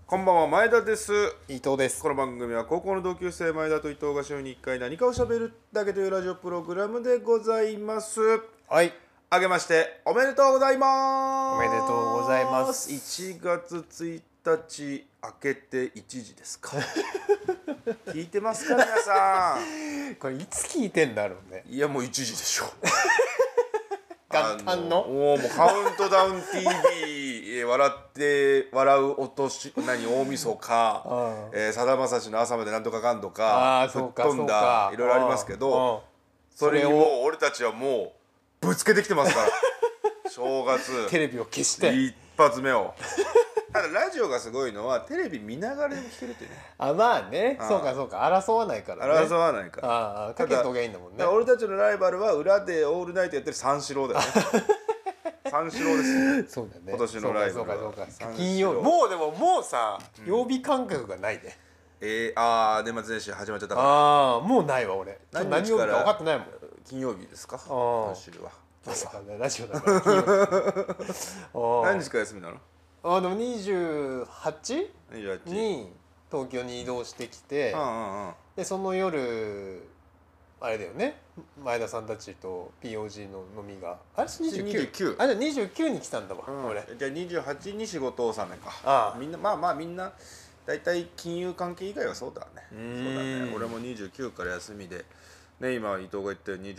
こんばんは、前田です。 伊藤です。 この番組は高校の同級生前田と伊藤が週に1回何かを喋るだけというラジオプログラムでございます。 はい。 あげましておめでとうございます。 おめでとうございます。 1月1日明けて1時ですか。聞いてますか皆さん。 これいつ聞いてんだろうね。 いやもう1時でしょ。 元旦のもうカウントダウン TV 笑うお年大晦日さだまさしの朝までなんとかかんとか吹っ飛んだいろいろありますけど、それにもう俺たちはもうぶつけてきてますから正月テレビを消して一発目を。ただラジオがすごいのはテレビ見ながらでも聞けるっていうね。 まあね、そうか争わないからね。 争わないから。 かけとけばいいんだもんね。 俺たちのライバルは裏でオールナイトやってる三四郎だよね。三四郎です。 そうだね。 今年のライバルそうか金曜日もうさ、曜日感覚がないね。 年末年始始まっちゃったから。 もうないわ俺。何曜日か分かってないもん。 金曜日ですか。今週は。 ラジオだから金曜日。 何日か休みなの？ でも28に東京に移動してきて、でその夜あれだよね、前田さんたちと POG の飲みがあれ29？じゃあ29に来たんだわ、俺。 じゃあ28に仕事納めか。みんなまあみんな大体金融関係以外はそうだね。そうだね。俺も29から休みでね、今伊藤が言ったように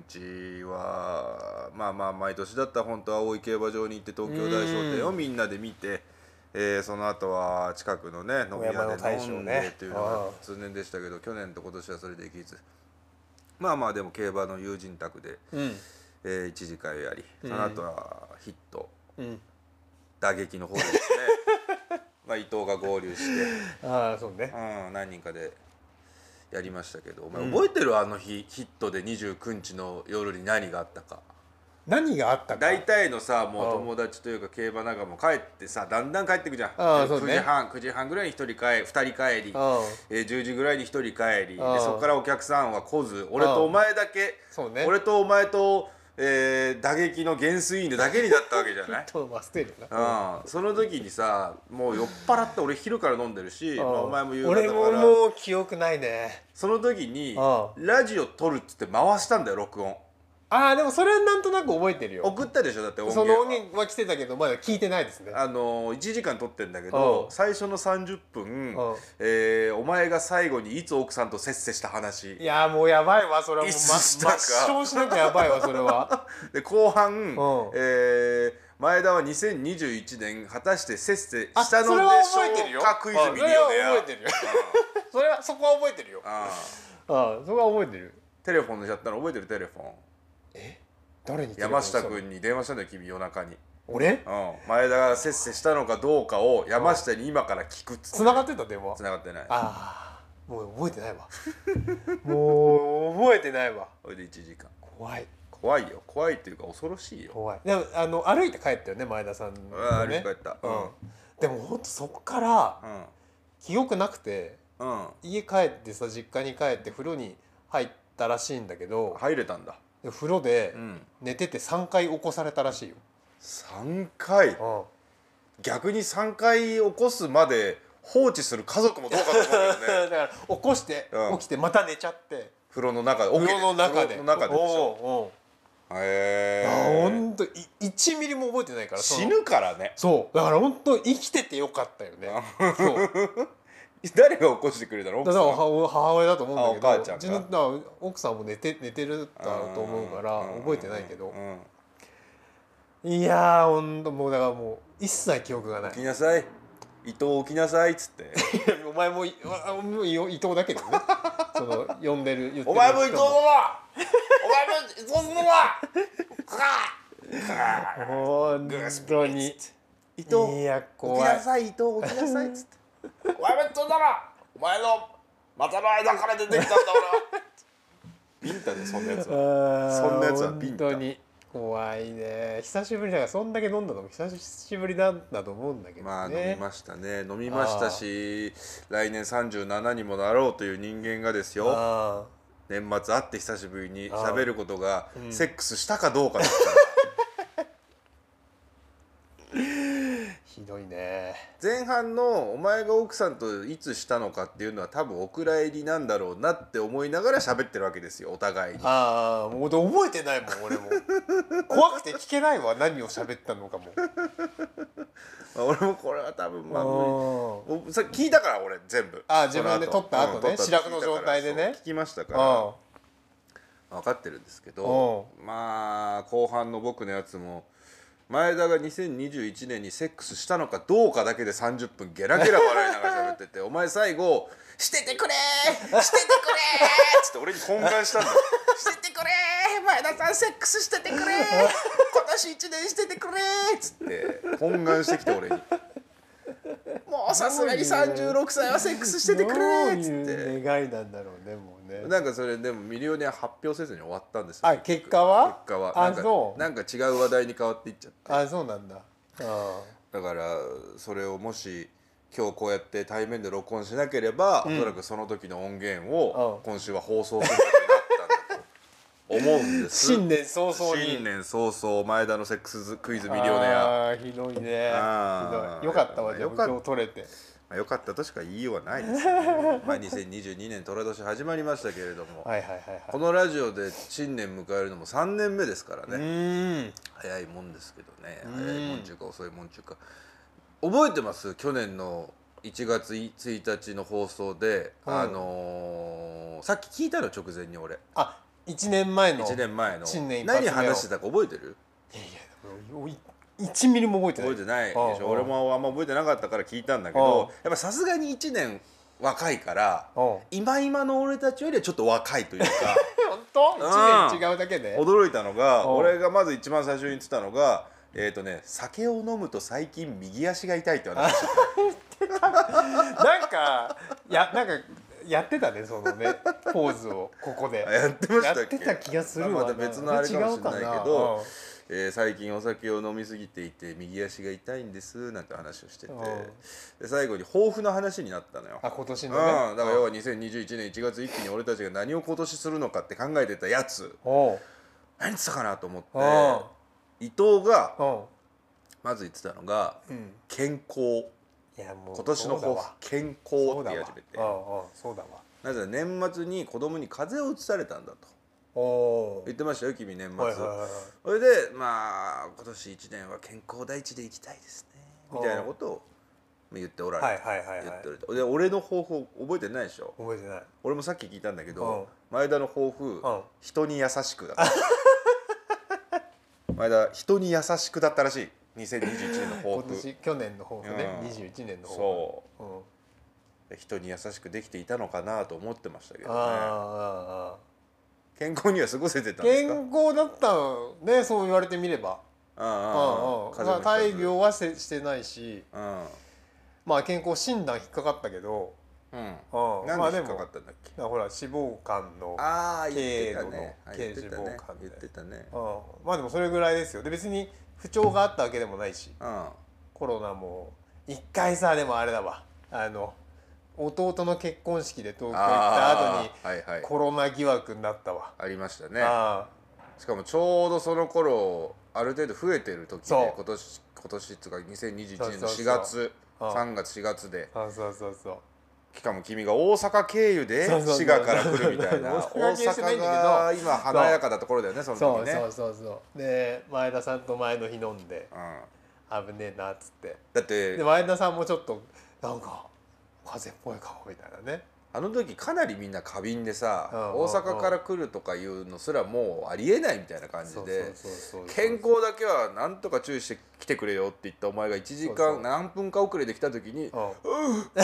29日はまあ毎年だったら本当は大井競馬場に行って東京大商店をみんなで見て、その後は近くのね飲み屋で飲んでっていうのが通年でしたけど、去年と今年はそれできず、まあでも競馬の友人宅で、1次会をやり、その後はヒット、打撃の方でですね伊藤が合流してそうね、 何人かでやりましたけど、お前覚えてる？あの日ヒットで29日の夜に何があったか。 何があったか。大体のさ、もう友達というか競馬仲間も帰ってさ、だんだん帰ってくじゃん。9時半ぐらいに2人帰り、10時ぐらいに1人帰りで、そこからお客さんは来ず、俺とお前だけ、俺とお前と打撃の減衰員だけになったわけじゃない。その時にさ、もう酔っ払って俺昼から飲んでるし、お前も夕方から。 俺ももう記憶ないね。 その時にラジオ撮るっつって回したんだよ、録音。 でもそれはなんとなく覚えてるよ。 送ったでしょ。だってその音源は来てたけどまだ聞いてないですね。 1時間撮ってんだけど、最初の30分お前が最後にいつ奥さんとせっせした話。 いやもうやばいわそれは。もう抹消しなきゃやばいわそれは。 で後半前田は2021年果たしてせっせしたのでしょうかクイズミリオネア。 それは覚えてるよ。そこは覚えてるよ。そこは覚えてる。 テレフォンでやったの覚えてる？テレフォン。 誰に？ 山下君に電話したんだよ、君。夜中に。 俺？ 前田がせっせしたのかどうかを山下に今から聞くっつって。 繋がってた？電話繋がってない。 もう覚えてないわ。もう覚えてないわ。 それで1時間。 怖いよ。怖いっていうか恐ろしいよ。 怖い。でも歩いて帰ったよね、前田さんとね。 歩いて帰った。 でもほんとそこから記憶なくて、家帰ってさ、実家に帰って風呂に入ったらしいんだけど。 入れたんだ。 風呂で寝てて3回起こされたらしいよ。 3回？逆に3回起こすまで放置する家族もどうかと思うよね。 だから起こして起きてまた寝ちゃって、 風呂の中ででしょ。 ほんと1ミリも覚えてないから。 死ぬからね。 そうだからほんと生きててよかったよね。 誰が起こしてくれたの？ 母親だと思うんだけど、 お母ちゃんが。 奥さんも寝てるだと思うから覚えてないけど、いやほんともうだからもう一切記憶がない。 起きなさい伊藤、起きなさいっつって。 お前も伊藤だけどね。その呼んでる言ってる人も。 お前も伊藤だな。お前も伊藤だな。 本当に伊藤、 いや起きなさい伊藤、起きなさいっつって。お前も伊藤だな。お前の股の間から出てきたんだ俺。ビンタでそんなやつは。そんなやつはビンタ。 本当に怖いね。久しぶりだから、そんだけ飲んだのも久しぶりなんだと思うんだけどね。 まあ飲みましたね。飲みましたし、来年37にもなろうという人間がですよ。年末会って久しぶりに喋ることがセックスしたかどうかだったら。 ひどいね。 前半のお前が奥さんといつしたのかっていうのは多分お蔵入りなんだろうなって思いながら喋ってるわけですよお互いに。 ああもう覚えてないもん俺も怖くて聞けないわ何を喋ったのかも俺もこれは多分まあさ聞いたから俺全部自分で撮った後ね白髪の状態でね聞きましたから分かってるんですけどまあ後半の僕のやつも前田が2021年にセックスしたのかどうかだけで30分ゲラゲラ笑いながら喋っててお前最後「しててくれーしててくれー」っつって俺に懇願したんだよ「しててくれー前田さんセックスしててくれー今年1年しててくれー」っつって懇願してきて俺に「もうさすがに36歳はセックスしててくれー」っつってどういう願いなんだろうねもうねなんかそれでもミリオネア発表せずに終わったんですよ。 結果はなんか違う話題に変わっていっちゃってそうなんだだからそれをもし今日こうやって対面で録音しなければ、おそらくその時の音源を今週は放送することになったんだと思うんです新年早々に新年早々前田のセックスクイズミリオネアひどいねひどいよかったわじゃあ今日取れてよかったとしか言いようはないですねまあ2022年寅年始まりましたけれどもこのラジオで新年迎えるのも3年目ですからね早いもんですけどね早いもんちゅうか遅いもんちゅうか覚えてます去年の1月1日の放送で、さっき聞いたの直前に俺 1年前の新年一発目何話してたか覚えてる？ いや1ミリも覚えてない覚えてないでしょ俺もあんま覚えてなかったから聞いたんだけどやっぱさすがに1年若いから今の俺たちよりはちょっと若いというか本当1年違うだけで驚いたのが俺がまず一番最初に言ってたのが酒を飲むと最近右足が痛いって話してたなんかやってたねそのねポーズをここでやってましたっけ？ やってた気がするわまた別のあれかもしれないけど最近お酒を飲みすぎていて右足が痛いんですなんて話をしててで最後に抱負の話になったのよ今年のねだから要は2021年1月一気に俺たちが何を今年するのかって考えてたやつ何言ってたかなと思って伊藤がまず言ってたのが健康今年の抱負健康って言い始めてそうだわなぜ年末に子供に風邪をうつされたんだと言ってましたよ君年末それでまあ今年1年は健康第一でいきたいですねみたいなことを言っておられてで俺の抱負覚えてないでしょ覚えてない俺もさっき聞いたんだけど前田の抱負人に優しくだった前田人に優しくだったらしい2021年の抱負去年の抱負ね21年の抱負そう人に優しくできていたのかなと思ってましたけどね健康には過ごせてたんですか？ 健康だったねそう言われてみれば大病はしてないしまあ健康診断引っかかったけどなんで引っかかったんだっけ？ ほら脂肪肝の軽度の軽脂肪肝言ってたねまあでもそれぐらいですよで別に不調があったわけでもないしコロナも一回さでもあれだわ弟の結婚式で東京行った後にコロナ疑惑になったわありましたねしかもちょうどその頃ある程度増えてる時で今年っていうか2021年の4月3月4月でそうしかも君が大阪経由で滋賀から来るみたいな大阪が今華やかなところだよねその時ねそうで前田さんと前の日飲んで危ねえなっつってだってで前田さんもちょっとなんか風邪っぽい顔みたいなねあの時かなりみんな過敏でさ大阪から来るとかいうのすらもうありえないみたいな感じで健康だけはなんとか注意して来てくれよって言ったお前が1時間何分か遅れで来た時に「お疲れ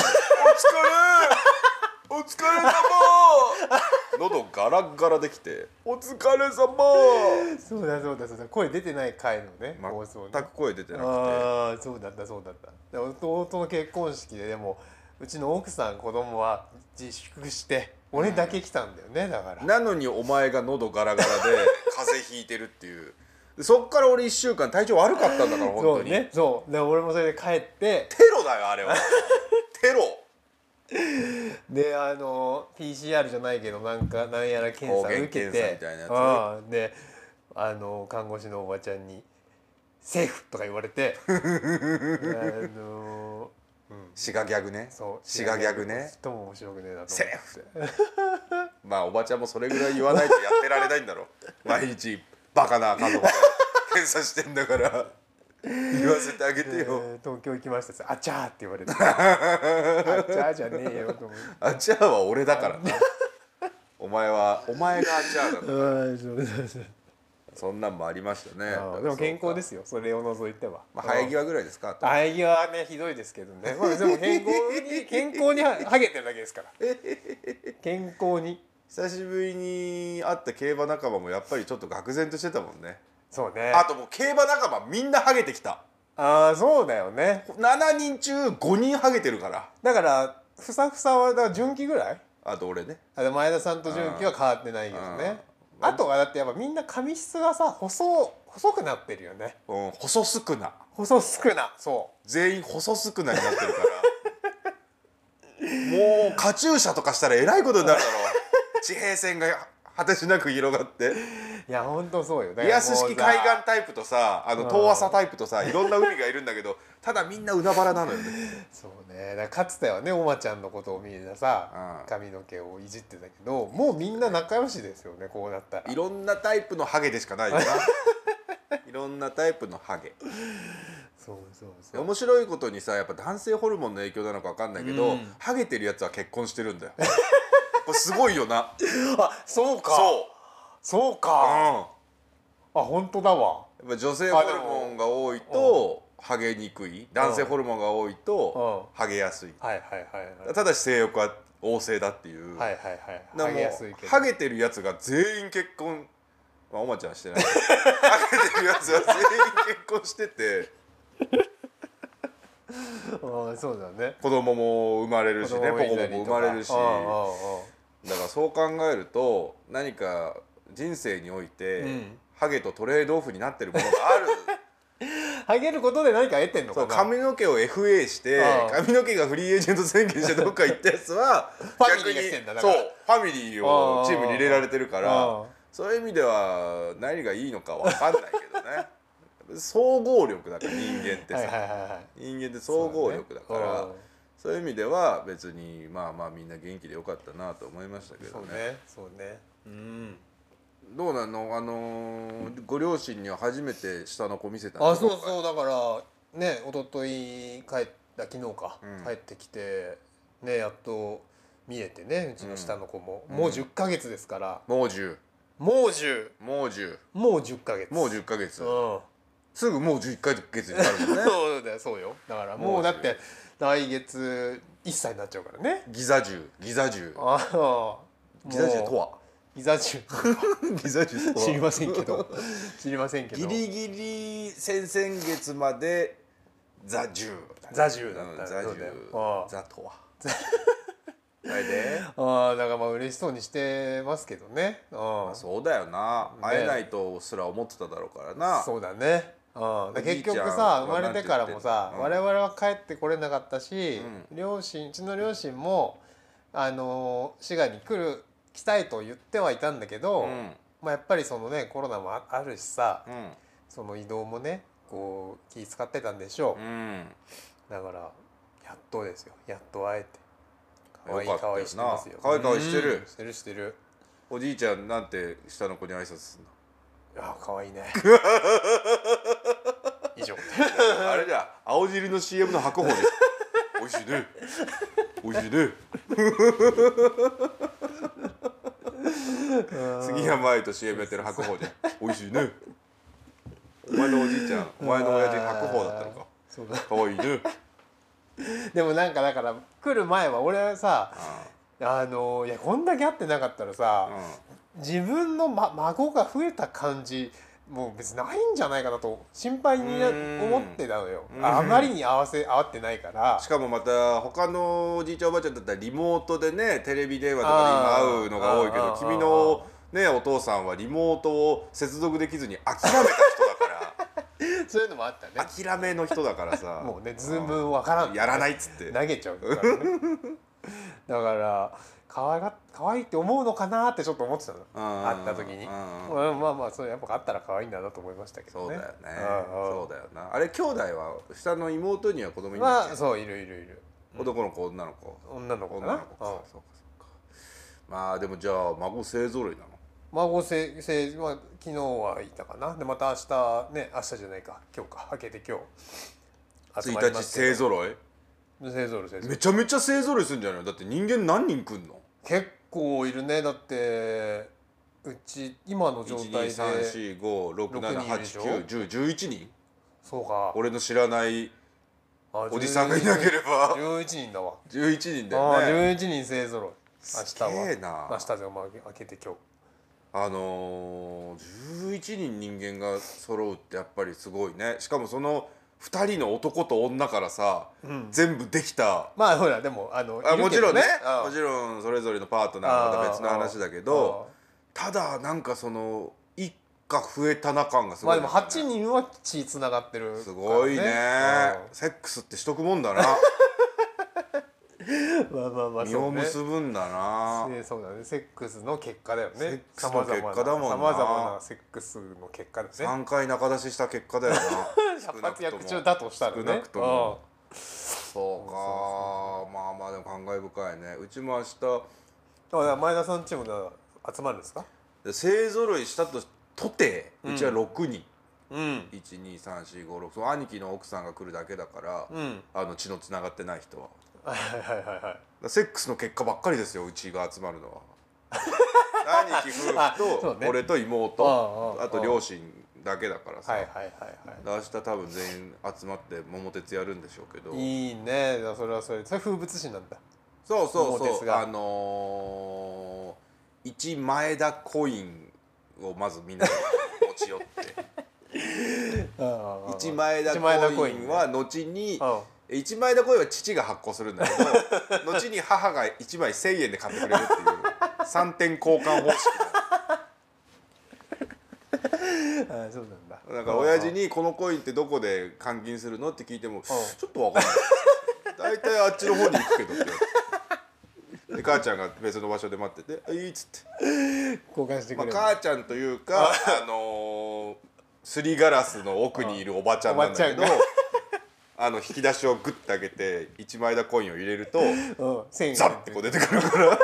お疲れ様!」喉ガラガラできて「お疲れ様!」 そうだ声出てない回のね全く声出てなくてそうだった弟の結婚式ででもうちの奥さん子供は自粛して俺だけ来たんだよねだからなのにお前が喉ガラガラで風邪ひいてるっていうそっから俺1週間体調悪かったんだから本当にそうで俺もそれで帰ってテロだよあれはテロでPCR じゃないけどなんやら検査受けてで看護師のおばちゃんに「セーフ!」とか言われて滋賀ギャグね。滋賀ギャグね。 とも面白くねえなと思ってセーフまあおばちゃんもそれぐらい言わないとやってられないんだろう毎日バカな家族が検査してんだから言わせてあげてよ、 東京行きましたあちゃーって言われてあちゃーじゃねえよと思ってあちゃーは俺だからなお前があちゃーなんだそんなんもありましたね。 でも健康ですよそれを除いては。 まあ生え際ぐらいですか。 生え際はねひどいですけどね。まあでも健康にハゲてるだけですから健康に。 久しぶりに会った競馬仲間もやっぱりちょっと愕然としてたもんね。 そうね。 あともう競馬仲間みんなハゲてきた。 ああそうだよね。 7人中5人ハゲてるから。 だからふさふさはだから純喜ぐらい。 あと俺ね。 前田さんと純喜は変わってないけどね。あとはだってやっぱみんな髪質がさ細くなってるよね。 細少なそう全員細少なになってるからもうカチューシャとかしたらえらいことになるだろう地平線が果てしなく広がっていやほんとそうよ。 リアス式海岸タイプとさ遠浅タイプとさいろんな海がいるんだけどただみんな海原なのよねそうね。だからかつてはねおまちゃんのことを見てさ髪の毛をいじってたけどもうみんな仲良しですよねこうなったら。 いろんなタイプのハゲでしかないよないろんなタイプのハゲ。そう面白いことにさやっぱ男性ホルモンの影響なのか分かんないけど、ハゲてるやつは結婚してるんだよこれすごいよなあそうかそうか、あ本当だわ。 やっぱ女性ホルモンが多いとハゲにくい、男性ホルモンが多いとハゲやすい。ただし性欲は旺盛だっていう。ハゲやすいけどハゲてるやつが全員結婚、まあおまちゃんしてないハゲてるやつは全員結婚しててそうだね。 子供も生まれるしね、ポコポコ生まれるし、だからそう考えると何か人生において、ハゲとトレードオフになってるものがあるハゲることで何か得てんのかな。 髪の毛を FA して髪の毛がフリーエージェント宣言してどっか行ったやつは逆にそうファミリーをチームに入れられてるからそういう意味では何がいいのか分かんないけどね総合力だから人間ってさ人間って総合力だからそういう意味では別にまあまあみんな元気でよかったなと思いましたけどね。 そうね。 どうなのご両親には初めて下の子見せたんですか。 そうだからね一昨日昨日か、帰ってきてねやっと見えてねうちの下の子も、もう10ヶ月ですから。もう10ヶ月すぐもう11ヶ月になるもんねそうよ。だからもうだって来月1歳になっちゃうからね。 ギザ銃とはギザ銃知りませんけどギリギリ先々月までザ銃だったザとはだからまあ嬉しそうにしてますけどね。 そうだよな。会えないとすら思ってただろうからな。 そうだね。結局さ生まれてからもさ我々は帰ってこれなかったしうちの両親も滋賀に来たいと言ってはいたんだけどやっぱりそのねコロナもあるしさその移動もねこう気使ってたんでしょう。だからやっとですよ。やっと会えて可愛いしてますよ。 可愛いしてるしてる。 おじいちゃんなんて下の子に挨拶すんの。 いや可愛いね以上あれじゃ青汁の CM の白鵬で美味しいね美味しいね杉山愛と CM やってる白鵬じゃん美味しいね。お前のおじいちゃんお前の親父白鵬だったのか。可愛いね。 でもなんかだから来る前は俺はさいやこんだけ会ってなかったらさ自分の、孫が増えた感じもう別にないんじゃないかなと心配に思ってたのよ。あまりに合わってないから。 しかもまた他のおじいちゃんおばあちゃんだったらリモートでねテレビ電話とかで今会うのが多いけど君のねお父さんはリモートを接続できずに諦めた人だからそういうのもあったね。 諦めの人だからさもうねズームわからんやらないっつって投げちゃうからねだから可愛いって思うのかなってちょっと思ってたの会った時にまあそれやっぱあったら可愛いんだなと思いましたけどね。 そうだよな。あれ兄弟は下の妹には子供いるんだっけ。 そういる男の子女の子女の子かな。 そうかそうか。まあでもじゃあ孫勢ぞろいなの。 孫勢まあ昨日はいたかな。でまた明日じゃないか、今日か、明けて今日集まり 1日ますけど。 勢ぞろい。 勢ぞろい。 めちゃめちゃ勢ぞろいするんじゃないの。だって人間何人来んの。 結構いるね。だってうち今の状態で 1234567891011人。 そうか。 俺の知らないおじさんがいなければ 11人だわ。 11人だよね。 11人勢ぞろい。明日は。 すげえな。 明日でも明けて今日。 11人人間が揃うってやっぱりすごいね。しかもその2人の男と女からさ、全部できた。 まあほらでももちろんね、もちろんそれぞれのパートナーはまた別の話だけど、ただなんかその一家増えたな感がすごい。 まあでも8人は血つながってる。 すごいね。セックスってしとくもんだな。 まあ実を結ぶんだな。 そうだね。セックスの結果だよね。 セックスの結果だもんな。 さまざまなセックスの結果だね。 3回仲出しした結果だよな。 百発百中だとしたらね。 少なくとも。そうか。まあまあでも感慨深いね。うちも明日。 前田さんチームが集まるんですか。 勢ぞろいしたとて、うちは6人。12345そ兄貴の奥さんが来るだけだから、血のつながってない人は。セックスの結果ばっかりですよ、うちが集まるのは。兄貴夫婦と俺と妹、あと両親だけだからさ。明日多分全員集まって桃鉄やるんでしょうけど。 いいね。それはそれ風物詩なんだ。 そう1前田コインをまずみんなで持ち寄って1前田コインは後に1枚田コインは父が発行するんだけど後に母が1枚1000円で買ってくれるっていう3点交換方式そうなんだ。 だから親父に「このコインってどこで換金するの?」って聞いても「ちょっと分かんない」大体あっちの方に行くけどってで母ちゃんが別の場所で待ってて「いい」っつって交換してくれる。 母ちゃんというかすりガラスの奥にいるおばちゃんなんだけど引き出しをグッて開けて1枚田コインを入れるとザッてこう出てくるから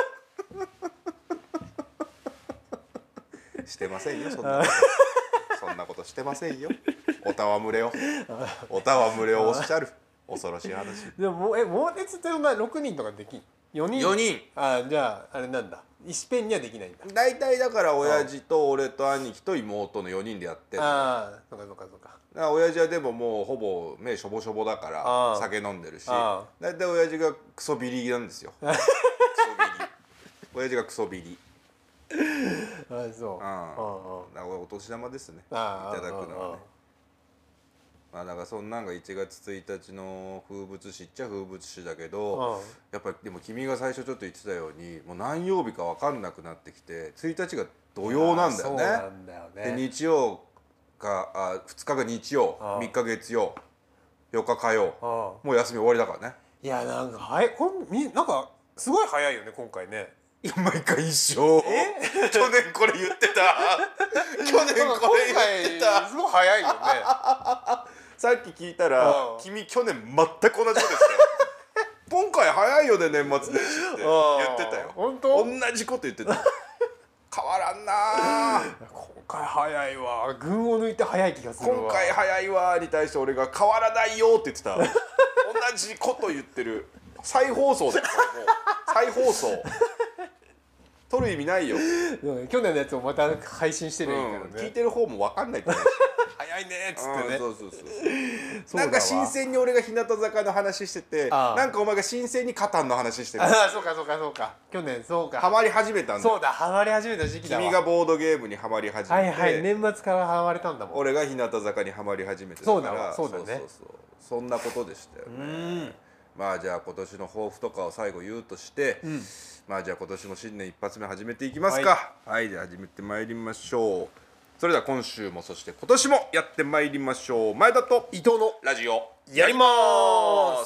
してませんよそんなことそんなことしてませんよ。おたわむれをおっしゃる恐ろしい話。 でも桃鉄ってそんな6人とかできん？4人。じゃああれなんだ、一遍にはできないんだ。 大体だから親父と俺と兄貴と妹の4人でやってる。 そうか。 親父はでももうほぼ目しょぼしょぼだから酒飲んでるし、大体親父がクソビリなんですよ。クソビリ親父がクソビリ。 そう。 お年玉ですね、いただくのはね。まあだからそんなんが1月1日の風物詩っちゃ風物詩だけど、やっぱりでも君が最初ちょっと言ってたようにもう何曜日か分かんなくなってきて、1日が土曜なんだよね。 そうなんだよね。 で日曜が2日が日曜、3日月曜、4日火曜、もう休み終わりだからね。 いやなんかなんかすごい早いよね今回ね。 いや毎回一緒。去年これ言ってた。去年これ言ってた。 すごい早いよね。 さっき聞いたら君去年全く同じことですよ。今回早いよね年末年始って言ってたよ。 本当？ 同じこと言ってた。変わらんな。 今回早いわ。群を抜いて早い気がするわ。 今回早いわに対して俺が変わらないよって言ってた。同じこと言ってる。再放送だよ。もう再放送。撮る意味ないよ。 去年のやつをまた配信してるからね。 聞いてる方も分かんないって。 早いねっつってね。 そうなんか新鮮に俺が日向坂の話してて、なんかお前が新鮮にカタンの話してる。 そうか去年そうかハマり始めたんだ。 そうだ、ハマり始めた時期だわ。 君がボードゲームにハマり始めて、 年末からハマれたんだもん。 俺が日向坂にハマり始めてたから。 そうだね。 そんなことでしたよね。まあじゃあ今年の抱負とかを最後言うとして、まあじゃあ今年も新年一発目始めていきますか。はい、では始めてまいりましょう。それでは今週もそして今年もやってまいりましょう。前田と伊藤のラジオやります。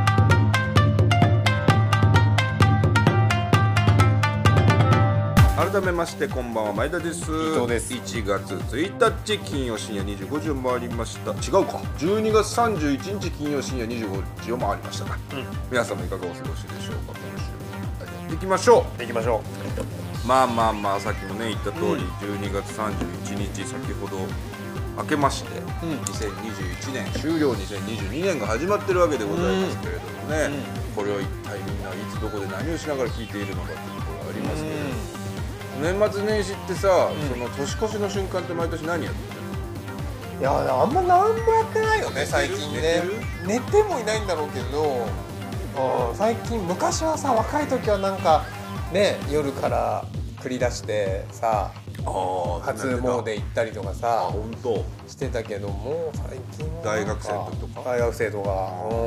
改改めましてこんばんは、前田です。 伊藤です。 1月1日金曜深夜25時を回りました。違うか、12月31日金曜深夜25時を回りましたか、皆様いかがお過ごしでしょうか。今週もやっていきましょう。まあさっきもね言った通り、12月31日先ほど明けまして、2021年終了、2022年が始まってるわけでございますけれどもね、これを一体みんないつどこで何をしながら聞いているのかというところがありますけれども、年末年始ってさ、その年越しの瞬間って毎年何やってる？ いや、あんま何もやってないよね最近ね。寝てもいないんだろうけど、最近、昔はさ、若い時はなんかね、夜から繰り出してさ、初詣行ったりとかさしてたけど、もう最近は大学生の時とか。 大学生とか、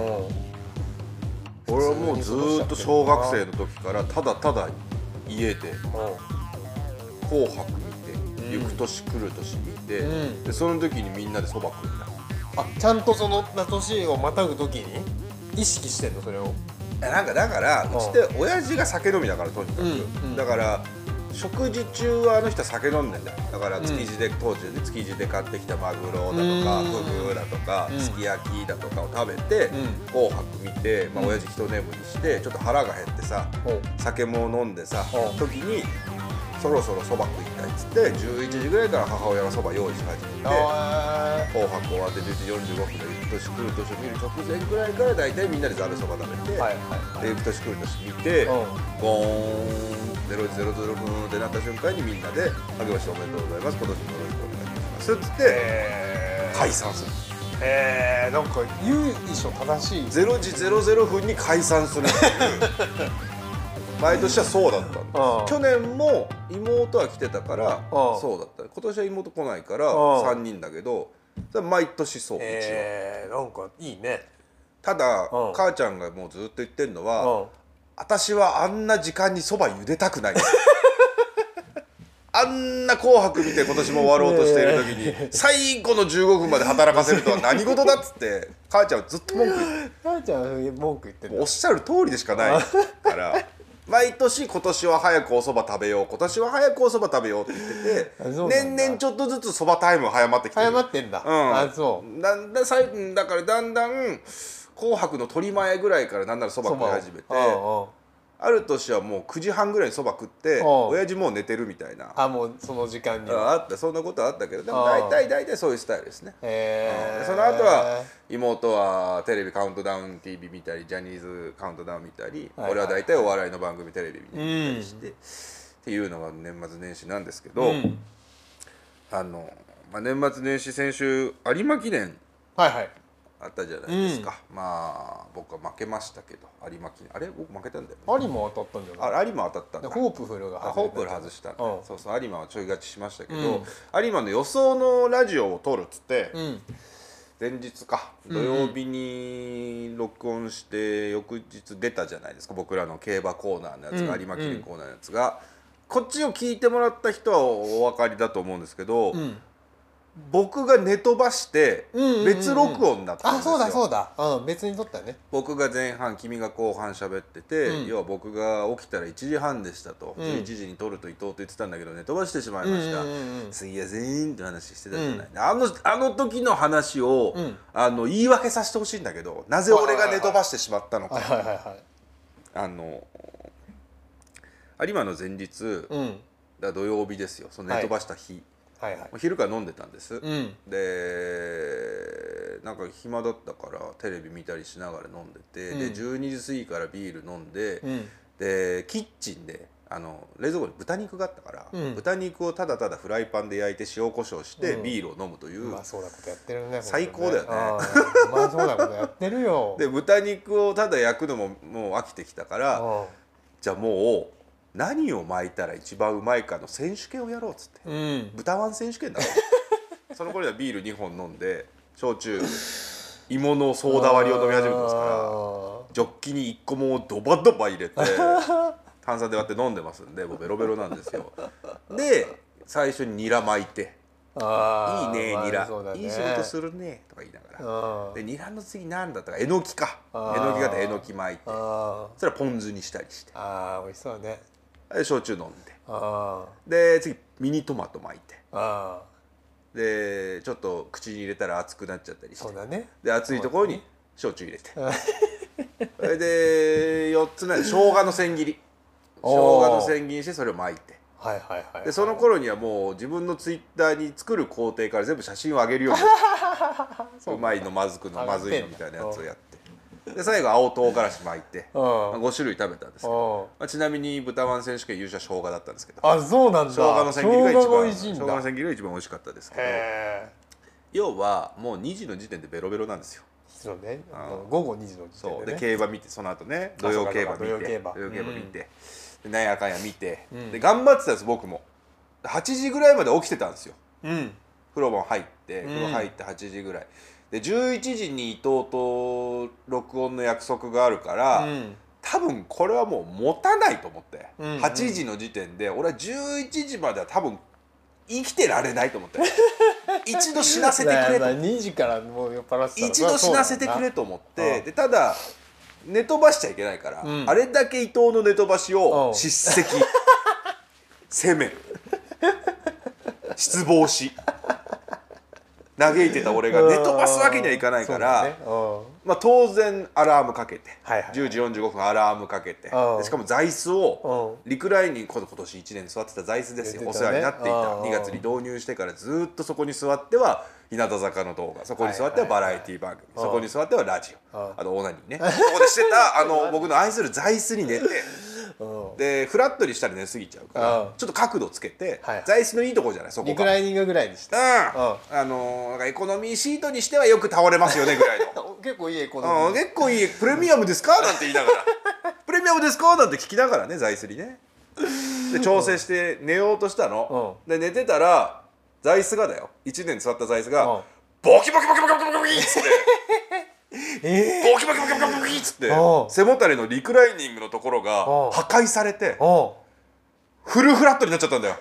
俺はもうずーっと小学生の時からただただ家で紅白見て、行く年来る年見て、でその時にみんなでそば食うんだ。 ちゃんとその年をまたぐ時に意識してんのそれを。 なんかだからうちって親父が酒飲みだから、とにかく、だから食事中はあの人は酒飲んでんだよ。だから築地で、当時で築地で買ってきたマグロだとかフグだとかすき焼きだとかを食べて、紅白見て、親父一眠りしてちょっと腹が減ってさ、酒も飲んでさ、時にそろそろそば食いたいっつって11時ぐらいから母親がそば用意し始めて、紅白終わって11時45分で行く年来る年を見る直前ぐらいから大体みんなでざるそば食べて、で行く年来る年見て、ゴーン0時00分ってなった瞬間にみんなで「あけましておめでとうございます、今年もよろしくお願いいたします」っつって解散する。 なんか由緒正しい。 0時00分に解散するっていう毎年はそうだったんです。去年も妹は来てたからそうだった。今年は妹来ないから3人だけど、毎年そう。一応なんかいいね。 ただ母ちゃんがもうずっと言ってんのは、私はあんな時間にそば茹でたくないあんな紅白見て今年も終わろうとしている時に最後の15分まで働かせるとは何事だっつって母ちゃんはずっと文句言って。 母ちゃんは文句言ってる。 おっしゃる通りでしかないから毎年今年は早くおそば食べよう、今年は早くおそば食べようって言ってて、年々ちょっとずつそばタイム早まってきてる。 早まってんだ。そうだからだんだん紅白の取り前ぐらいからなんならそば食い始めて、ある年はもう9時半ぐらいにそば食って親父もう寝てるみたいな。 もうその時間にあった、そんなことはあったけど、でも大体そういうスタイルですね。その後は妹はテレビカウントダウン TV 見たり、ジャニーズカウントダウン見たり、俺は大体お笑いの番組テレビ見たりしてっていうのが年末年始なんですけど、年末年始先週有馬記念あったじゃないですか。僕は負けましたけど、有馬記念、あれ僕負けたんだよね。 有馬当たったんじゃない？ 有馬当たったんだ。 ホープフルが外したんだ。そうそう、有馬はちょい勝ちしましたけど、有馬の予想のラジオを撮るっつって、前日か土曜日に録音して翌日出たじゃないですか、僕らの競馬コーナーのやつが、有馬記念コーナーのやつが。こっちを聞いてもらった人はお分かりだと思うんですけど、僕が寝飛ばして別録音になったんですよ。 そうだ、別に撮ったね。 僕が前半、君が後半喋ってて、要は僕が起きたら1時半でしたと、11時に撮ると伊藤と言ってたんだけど寝飛ばしてしまいました、すいやせんって話してたじゃない。あの時の話を言い訳させてほしいんだけど、なぜ俺が寝飛ばしてしまったのか。有馬の前日、土曜日ですよ、その寝飛ばした日、昼から飲んでたんです、でなんか暇だったからテレビ見たりしながら飲んでて、で12時過ぎからビール飲んで、でキッチンで冷蔵庫に豚肉があったから、豚肉をただただフライパンで焼いて塩コショウしてビールを飲むという、 そうなことやってるね。 最高だよね。 そうなことやってるよ。 で豚肉をただ焼くのももう飽きてきたから、じゃあもう何を巻いたら一番うまいかの選手権をやろうっつって、豚ワン選手権だろその頃にはビール2本飲んで焼酎芋のソーダ割りを飲み始めてますから、ジョッキに1個もドバドバ入れて炭酸で割って飲んでますんで、もうベロベロなんですよ。で最初にニラ巻いて「いいねニラ、いい仕事するね」とか言いながら、でニラの次なんだったか、えのきか、えのきがあってえのき巻いて、それはポン酢にしたりして、 美味しそうね。 で焼酎飲んで、 で次ミニトマト巻いてでちょっと口に入れたら熱くなっちゃったりして、 そうだね、 で熱いところに焼酎入れてそれで4つ目で生姜の千切り、生姜の千切りしてそれを巻いて、でその頃にはもう自分のツイッターに作る工程から全部写真を上げるようにうまいのまずくのまずいのみたいなやつをやって、で最後青唐辛子巻いて、5種類食べたんですけど、ちなみに豚まん選手権優勝生姜だったんですけど、 あ、そうなんだ。 生姜の千切りが一番生姜の千切りが一番美味しかったですけど、要はもう2時の時点でベロベロなんですよ。 そうね、午後2時の時点でね。 で競馬見て、その後ね土曜競馬見てなんやかんや見て、で頑張ってたんです僕も。8時ぐらいまで起きてたんですよ。風呂も入って8時ぐらいで、11時に伊藤と録音の約束があるから、多分これはもう持たないと思って、8時の時点で俺は11時までは多分生きてられないと思って一度死なせてくれと、 2時からもう酔っ払ってたら一度死なせてくれと思って、でただ寝飛ばしちゃいけないから、あれだけ伊藤の寝飛ばしを叱責攻め失望し嘆いてた俺が寝飛ばすわけにはいかないから、まあ当然アラームかけて10時45分アラームかけて、しかも座椅子をリクライニング、今年1年座ってた座椅子ですよ、お世話になっていた、2月に導入してからずっとそこに座っては日向坂の動画、そこに座ってはバラエティ番組、そこに座ってはラジオ、あとオナニーね、ここでしてた僕の愛する座椅子に寝てでフラットにしたら寝すぎちゃうからちょっと角度つけて、座椅子のいいとこじゃない、そこがリクライニングぐらいにして、 なんかエコノミーシートにしてはよく倒れますよねぐらいの結構いいエコノミー、 結構いいプレミアムですかなんて言いながらプレミアムですかなんて聞きながらね、座椅子にねで調整して寝ようとしたの、で寝てたら座椅子がだよ、1年座った座椅子がボキボキボキボキボキボキっつってボキボキボキボキボキっつって背もたれのリクライニングのところが破壊されてフルフラットになっちゃったんだよ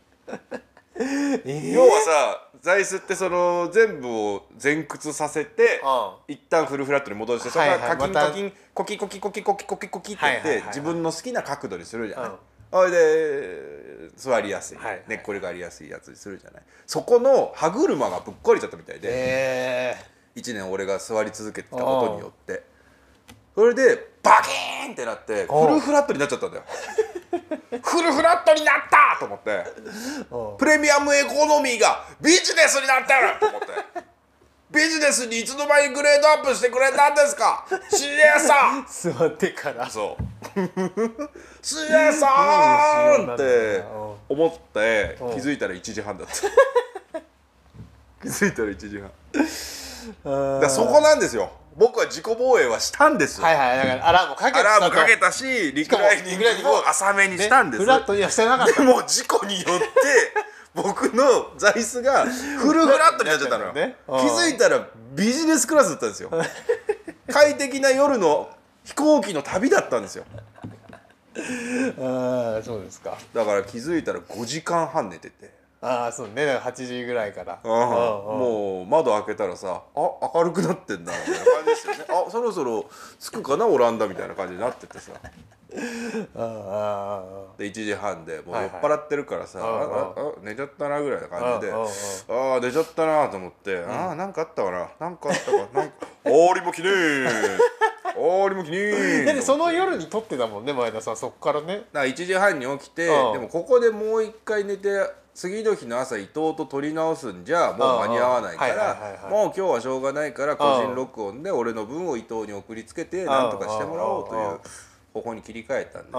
要はさ、座椅子ってその全部を前屈させて一旦フルフラットに戻して、そこからカキンカキンコキコキコキコキコキコキってやって自分の好きな角度にするじゃない。それで座りやすい、寝っ転がりやすいやつにするじゃない。そこの歯車がぶっ壊れちゃったみたいで、1年俺が座り続けてたことによってそれでバキーンってなってフルフラットになっちゃったんだよフルフラットになったと思って、プレミアムエコノミーがビジネスになってると思って、ビジネスにいつの間にグレードアップしてくれたんですか CA さん座ってから、 そうCA さんって思って気づいたら1時半だった気づいたら1時半だからそこなんですよ。僕は自己防衛はしたんです。 だからアラームかけたし、リクライニングも浅めにしたんです。 フラットにはしてなかった。 でも事故によって僕の座椅子がフルフラットになっちゃったのよ。気づいたらビジネスクラスだったんですよ。快適な夜の飛行機の旅だったんですよ。 そうですか。 だから気づいたら5時間半寝てて。 そうね、8時ぐらいから、 もう窓開けたらさ、明るくなってんなみたいな感じですよねそろそろ着くかなオランダみたいな感じになっててさで1時半でもう酔っ払ってるからさ、寝ちゃったなぐらいな感じで寝ちゃったなと思って、なんかあったかな、なんかあったかなんかありもきねえありもきねえでその夜に撮ってたもんね、前田さん。そっからね、 だから1時半に起きて、でもここでもう一回寝て次の日の朝伊藤と撮り直すんじゃもう間に合わないから、もう今日はしょうがないから個人録音で俺の分を伊藤に送りつけてなんとかしてもらおうという方法に切り替えたんです。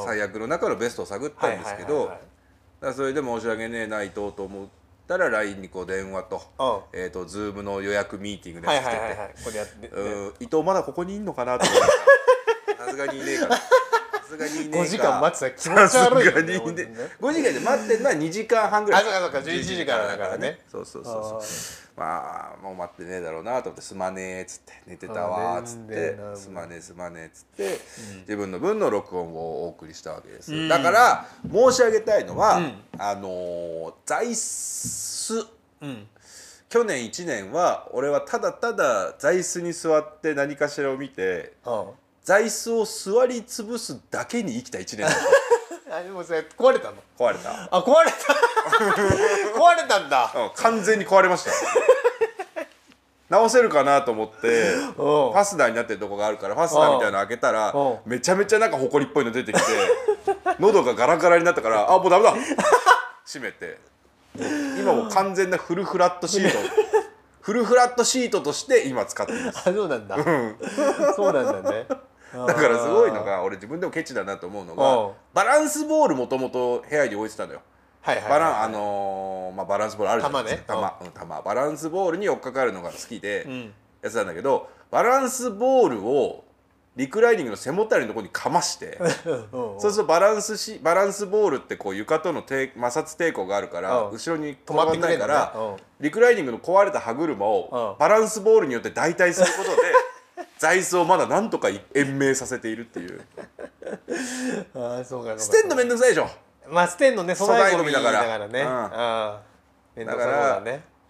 最悪の中のベストを探ったんですけど、それで申し訳ねえな伊藤と思ったら LINE にこう電話とZoom の予約ミーティングで来てて、伊藤まだここにいんのかなと思ってさすがにいねえから 5時間待ってたら気持ち悪いよね。 5時間で待ってるのは2時間半ぐらい。 そうか11時からだからね。 そうまあもう待ってねえだろうなと思ってすまねえっつって寝てたわっつってすまねえっつって自分の分の録音をお送りしたわけです。だから申し上げたいのは座椅子去年1年は俺はただただ座椅子に座って何かしらを見て座椅子を座り潰すだけに生きた1年だったあでもそれ壊れたの？ 壊れた。 あ、壊れた壊れたんだ。 完全に壊れました直せるかなと思ってファスナーになってるとこがあるからファスナーみたいなの開けたらめちゃめちゃなんかホコリっぽいの出てきて喉がガラガラになったからあもうダメだ閉めて今もう完全なフルフラットシートフルフラットシートとして今使っています。 あ、そうなんだそうなんだね。 だからすごいのが俺自分でもケチだなと思うのがバランスボールもともと部屋に置いてたのよ。バランスボールあるじゃないですか。球バランスボールに寄っかかるのが好きでやつなんだけど、バランスボールをリクライニングの背もたれのところにかましてそうするとバランスボールってこう床との摩擦抵抗があるから後ろに止まってないからリクライニングの壊れた歯車をバランスボールによって代替することで座椅子をまだなんとか延命させているっていうあ、そうか。 捨てんのめんどくさいでしょ。 まあ捨てんのね、粗大ゴミだからね。 だから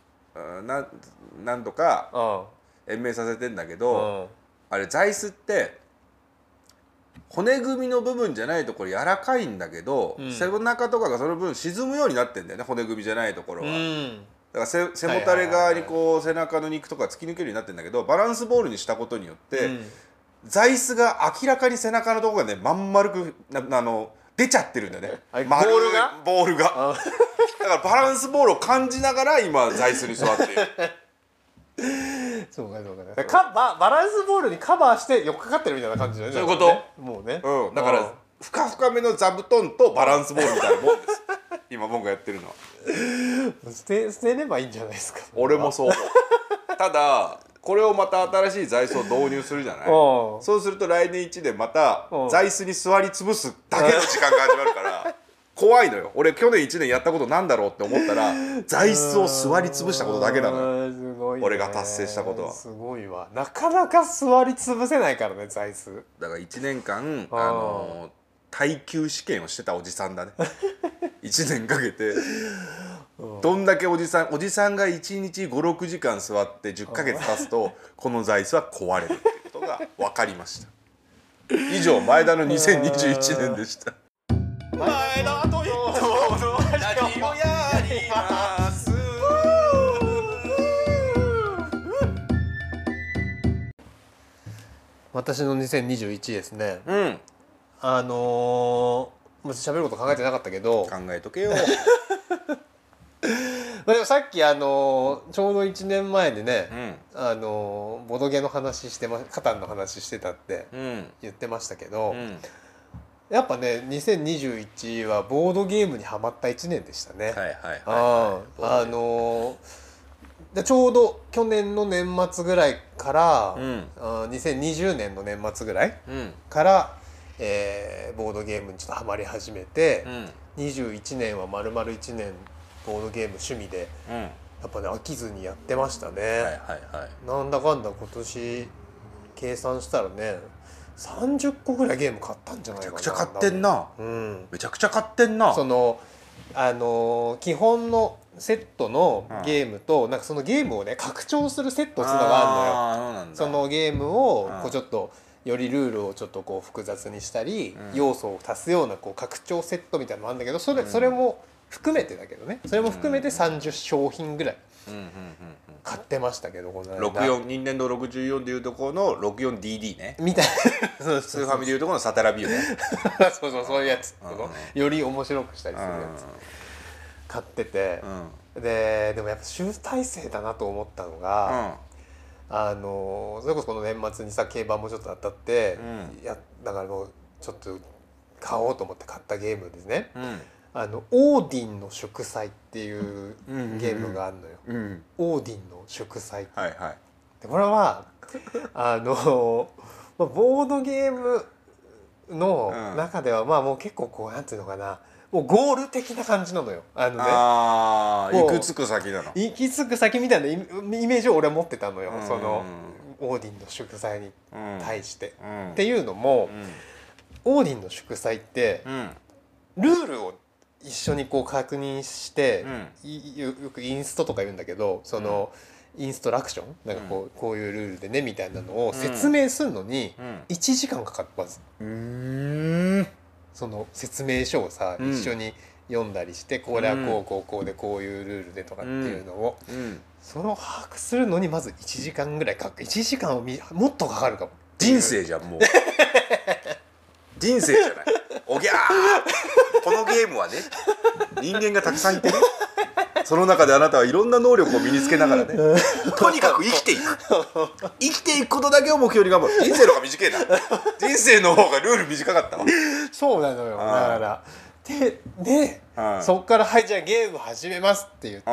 なんとか延命させてんだけど、あれ座椅子って骨組みの部分じゃないところ柔らかいんだけど、背中とかがその分沈むようになってんだよね、骨組みじゃないところは。だから背もたれ側にこう背中の肉とか突き抜けるようになってんだけど、バランスボールにしたことによって、座椅子が明らかに背中のところがねまん丸く出ちゃってるんだよね、ボールがだからバランスボールを感じながら今座椅子に座っているそうかバランスボールにカバーして寄っかかってるみたいな感じだよね。 そういうこと、 もうね、 だからふかふかめの座布団とバランスボールみたいなもんです今僕がやってるのは捨てればいいんじゃないですか。 俺もそうただこれをまた新しい座椅子を導入するじゃない。そうすると来年1年また座椅子に座り潰すだけの時間が始まるから怖いのよ。俺去年1年やったことなんだろうって思ったら座椅子を座り潰したことだけなのよ。 すごいね、 俺が達成したことは。 すごいわ。なかなか座り潰せないからね、座椅子。 だから1年間耐久試験をしてたおじさんだね1年かけてどんだけおじさんが1日 5,6 時間座って10ヶ月経つとこの座椅子は壊れるっていうことが分かりました以上前田の2021年でした前田と一頭のラジオやります私の2021ですね。もし喋ること考えてなかったけど考えとけよでもさっきちょうど1年前でね、ボドゲの話してカタンの話してたって言ってましたけど、やっぱね2021はボードゲームにハマった1年でしたね。ちょうど去年の年末ぐらいから、2020年の年末ぐらいから、ボードゲームにちょっとハマり始めて、21年は丸々1年ボードゲーム趣味で、やっぱね飽きずにやってましたね。なんだかんだ今年計算したらね30個ぐらいゲーム買ったんじゃないかな。 めちゃくちゃ買ってんな。めちゃくちゃ買ってんな。 その基本のセットのゲームと、なんかそのゲームをね拡張するセットっていうのがあるのよ。そのゲームをこうちょっとよりルールをちょっとこう複雑にしたり、要素を足すようなこう拡張セットみたいなのもあるんだけど、それも含めてだけどね、それも含めて30商品ぐらい買ってましたけど、この間任天堂64でいうとこの 64DD ねみたいなスーファミでいうとこのサタラビューねそういうやつ、より面白くしたりするやつ買ってて、でもやっぱ集大成だなと思ったのが、それこそこの年末にさ競馬もちょっと当たって、だからもうちょっと買おうと思って買ったゲームですね、オーディンの祝祭っていうゲームがあるのよ、オーディンの祝祭って、でこれはボードゲームの中ではまあもう結構こうなんていうのかな、もうゴール的な感じなのよ。 行くつく先なの。 行き着く先みたいなイメージを俺は持ってたのよ、そのオーディンの祝祭に対して。っていうのも、オーディンの祝祭って、ルールを一緒にこう確認して、よくインストとか言うんだけど、そのインストラクションなんかこういうルールでねみたいなのを説明するのに1時間かかってます。 その説明書をさ、一緒に読んだりして、これはこうこうこうでこういうルールでとかっていうのを、それを把握するのにまず1時間ぐらいかかる。1時間をもっとかかるかも。 人生じゃんもう人生じゃない。おぎゃーこのゲームはね、人間がたくさんいてね、その中であなたはいろんな能力を身につけながらね、とにかく生きていく生きていくことだけを目標に頑張る。人生の方が短いな。人生の方がルール短かったわ。 そうなのよ。だからでそっから「はいじゃあゲーム始めます」って言って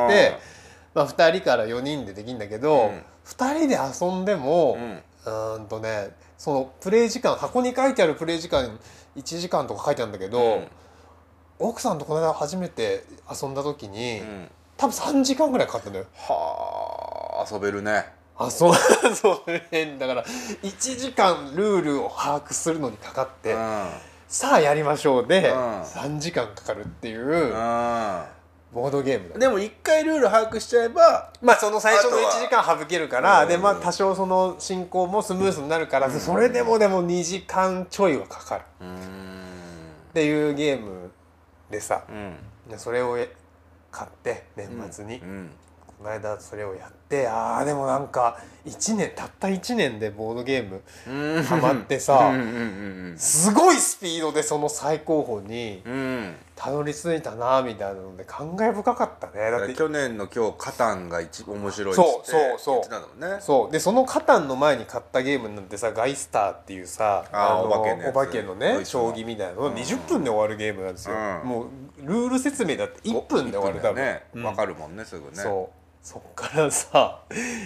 、2人から4人でできるんだけど、2人で遊んでもそのプレイ時間、箱に書いてあるプレイ時間1時間とか書いてあるんだけど、奥さんとこの間初めて遊んだ時に、多分3時間ぐらいかかったんだよ。 はあ、遊べるね。 遊べんだから1時間ルールを把握するのにかかって、さあやりましょうで3時間かかるっていうボードゲームだ。 でも1回ルール把握しちゃえば、 その最初の1時間省けるから、で多少その進行もスムーズになるから、それでも2時間ちょいはかかるっていうゲームでさ、それを買って年末に、この間それをやって、でもなんかたった1年でボードゲームハマってさ、すごいスピードでその最高峰にたどり着いたなみたいなので感慨深かったね。 だって去年の今日カタンが面白いって言ってたのね。 そうで、そのカタンの前に買ったゲームなんてさ、ガイスターっていうさ、お化けのね将棋みたいなの20分で終わるゲームなんですよ。もうルール説明だって1分で終わる。多分ね、分かるもんね、すぐね。 そっからさ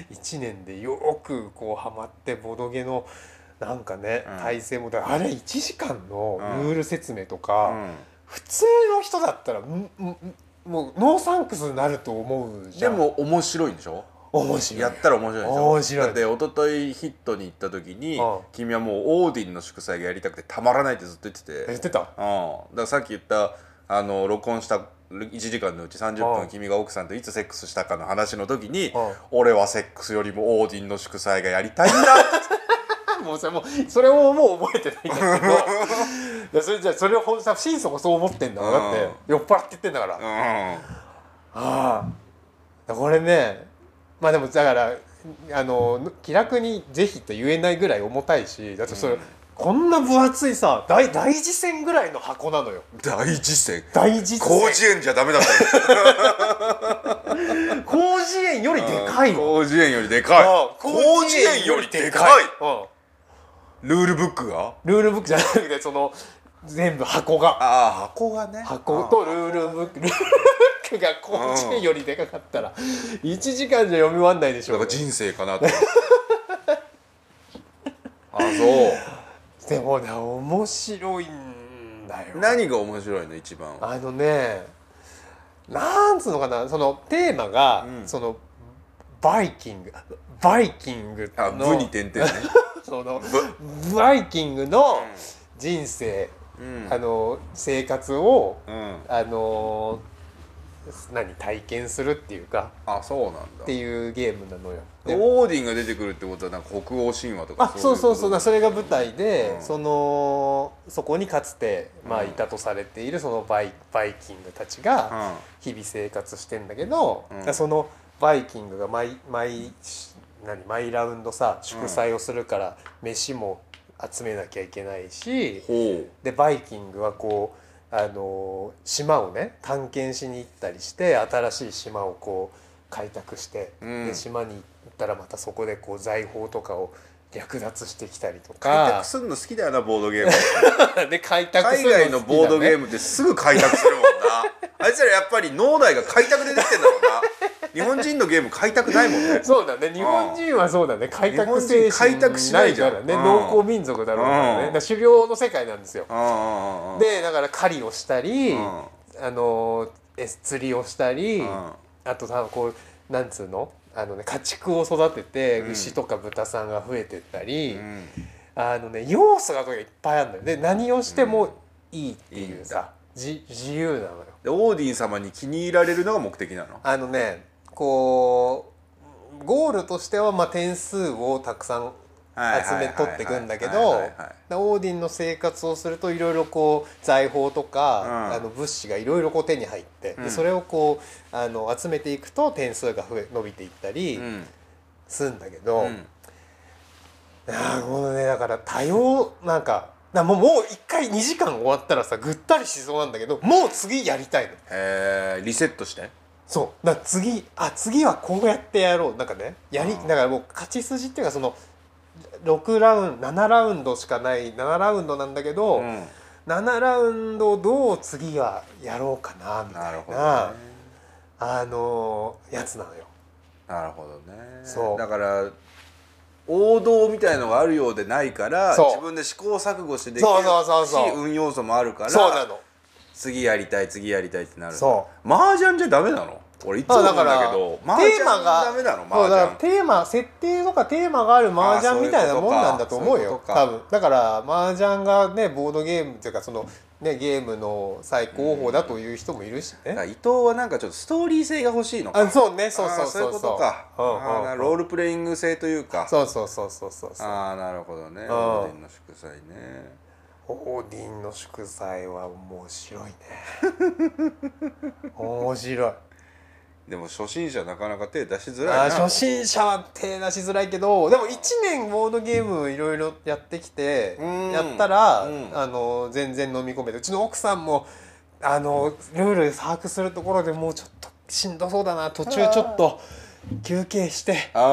1年でよくこうハマって、ボドゲのなんかね、体勢もあれ1時間のルール説明とか、普通の人だったらもうノーサンクスになると思うじゃん。 でも面白いんでしょ。 面白い。 やったら面白いでしょ。 面白い。 だって一昨日ヒットに行った時に、君はもうオーディンの祝祭がやりたくてたまらないってずっと言ってて。 言ってた。 だからさっき言った録音した1時間のうち30分君が奥さんといつセックスしたかの話の時に、俺はセックスよりもオーディンの祝祭がやりたいんだってもうそれをもう覚えてないんだけどそれを本当心底そう思ってんだから、だって酔っ払って言ってんだから。これね、でもだから気楽にぜひと言えないぐらい重たいし、だってそれ、こんな分厚いさ、大寺線ぐらいの箱なのよ。 大寺線。 広辞苑じゃダメだったよ。広辞苑よりでかいわ。 広辞苑よりでかい。広辞苑よりでかい。ルールブックじゃなくて、その全部箱が。 箱がね。箱とルールブックが広辞苑よりでかかったら1時間じゃ読み終わんないでしょ。 だから人生かなと。そうでもね、面白いんだよ。 何が面白いの一番は。 なんつうのかな、そのテーマが、そのバイキングのブに点々ねそのバイキングの人生、生活を、体験するっていうか、 そうなんだっていうゲームなのよ。 オーディンが出てくるってことはなんか北欧神話とかそうそれが舞台で、そこにかつていたとされているそのバイキングたちが日々生活してんだけど、そのバイキングが毎ラウンドさ祝祭をするから飯も集めなきゃいけないし、でバイキングはこう島をね探検しに行ったりして、新しい島をこう開拓して、で島に行ったらまたそこでこう財宝とかを略奪してきたりとか。 開拓するの好きだよな、ボードゲーム。 で開拓するの好きだね。 海外のボードゲームってすぐ開拓するもんな。あいつらやっぱり脳内が開拓でできてんだろうな。日本人のゲーム開拓ないもんね。 そうだね、日本人はそうだね、開拓精神ないからね、農耕民族だろうからね、狩猟の世界なんですよ。でだから狩りをしたり、釣りをしたり、あと多分こうなんつうの、家畜を育てて牛とか豚さんが増えてったり、要素がいっぱいあるんだよ。で何をしてもいいっていうさ、自由なのよ。 でオーディン様に気に入られるのが目的なの。 こうゴールとしては点数をたくさん取っていくんだけど、オーディンの生活をするといろいろこう財宝とか、物資がいろいろ手に入って、でそれをこう集めていくと点数が伸びていったりするんだけど、このねだから多様なんか。もう1回2時間終わったらさぐったりしそうなんだけど、もう次やりたいの。 リセットして。 そうだから次はこうやってやろうなんかねだからもう勝ち筋っていうかその7ラウンドしかない7ラウンドなんだけど、7ラウンドをどう次はやろうかなみたいなやつなのよ。 なるほどね。 そうだから王道みたいのがあるようでないから自分で試行錯誤してできるし、運要素もあるからそうなの。 次やりたいってなる。 そう麻雀じゃダメなの？俺いつも思うんだけどテーマがダメなの？麻雀設定とかテーマがある麻雀みたいなもんなんだと思うよ多分。だから麻雀がねボードゲームっていうかそのねゲームの最高峰だという人もいるしね。 伊藤はなんかちょっとストーリー性が欲しいのか。 そうねそういうことか。ロールプレイング性というか。 そうなるほどね。オーディンの祝祭ね。 オーディンの祝祭は面白いね。面白い。 でも初心者なかなか手出しづらいな。 初心者は手出しづらいけど、でも1年ボードゲームいろいろやってきてやったら、全然飲み込めて、うちの奥さんもルール把握するところでもうちょっとしんどそうだな、途中ちょっと休憩して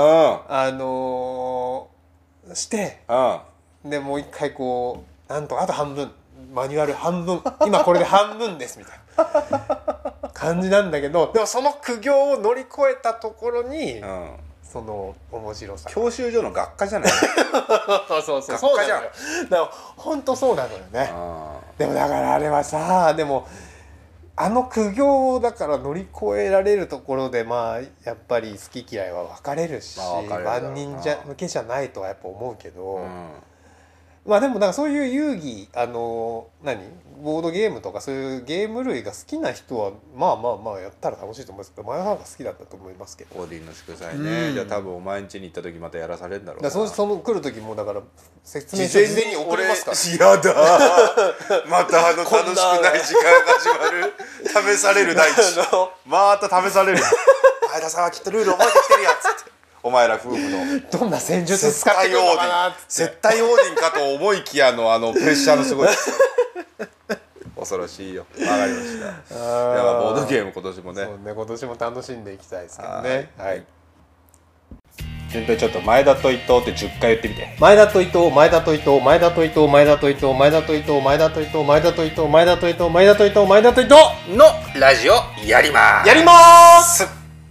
してでもう一回こうなんとあと半分マニュアル半分今これで半分ですみたいな感じなんだけど、でもその苦行を乗り越えたところに、その面白さ教習所の学科じゃないそう学科じゃん。だから本当そうなのよね。でもだからあれはさ、でも苦行をだから乗り越えられるところでやっぱり好き嫌いは分かれるし、万人向けじゃないとはやっぱ思うけど、でもなんかそういう遊戯ボードゲームとかそういうゲーム類が好きな人はやったら楽しいと思うんですけど、前は好きだったと思いますけど。 オーディンの祝祭ね。じゃあ多分お前ん家に行った時またやらされるんだろうな。 その来る時もだから説明書事前に送りますから。 やだまた楽しくない時間が始まる。試される大地また試される。前田さんはきっとルール覚えてきてるやつってお前ら夫婦のどんな戦術使ってくるのかなって絶対オーディンかと思いきやのプレッシャーのすごい恐ろしいよ。わかりました。ではボードゲーム今年もね。 そうね、今年も楽しんでいきたいですけどね。はい。 順平ちょっと前田と伊藤って10回言ってみて。 前田と伊藤、前田と伊藤、前田と伊藤、前田と伊藤、前田と伊藤、前田と伊藤、前田と伊藤、前田と伊藤、前田と伊藤、前田と伊藤のラジオやります。 やります。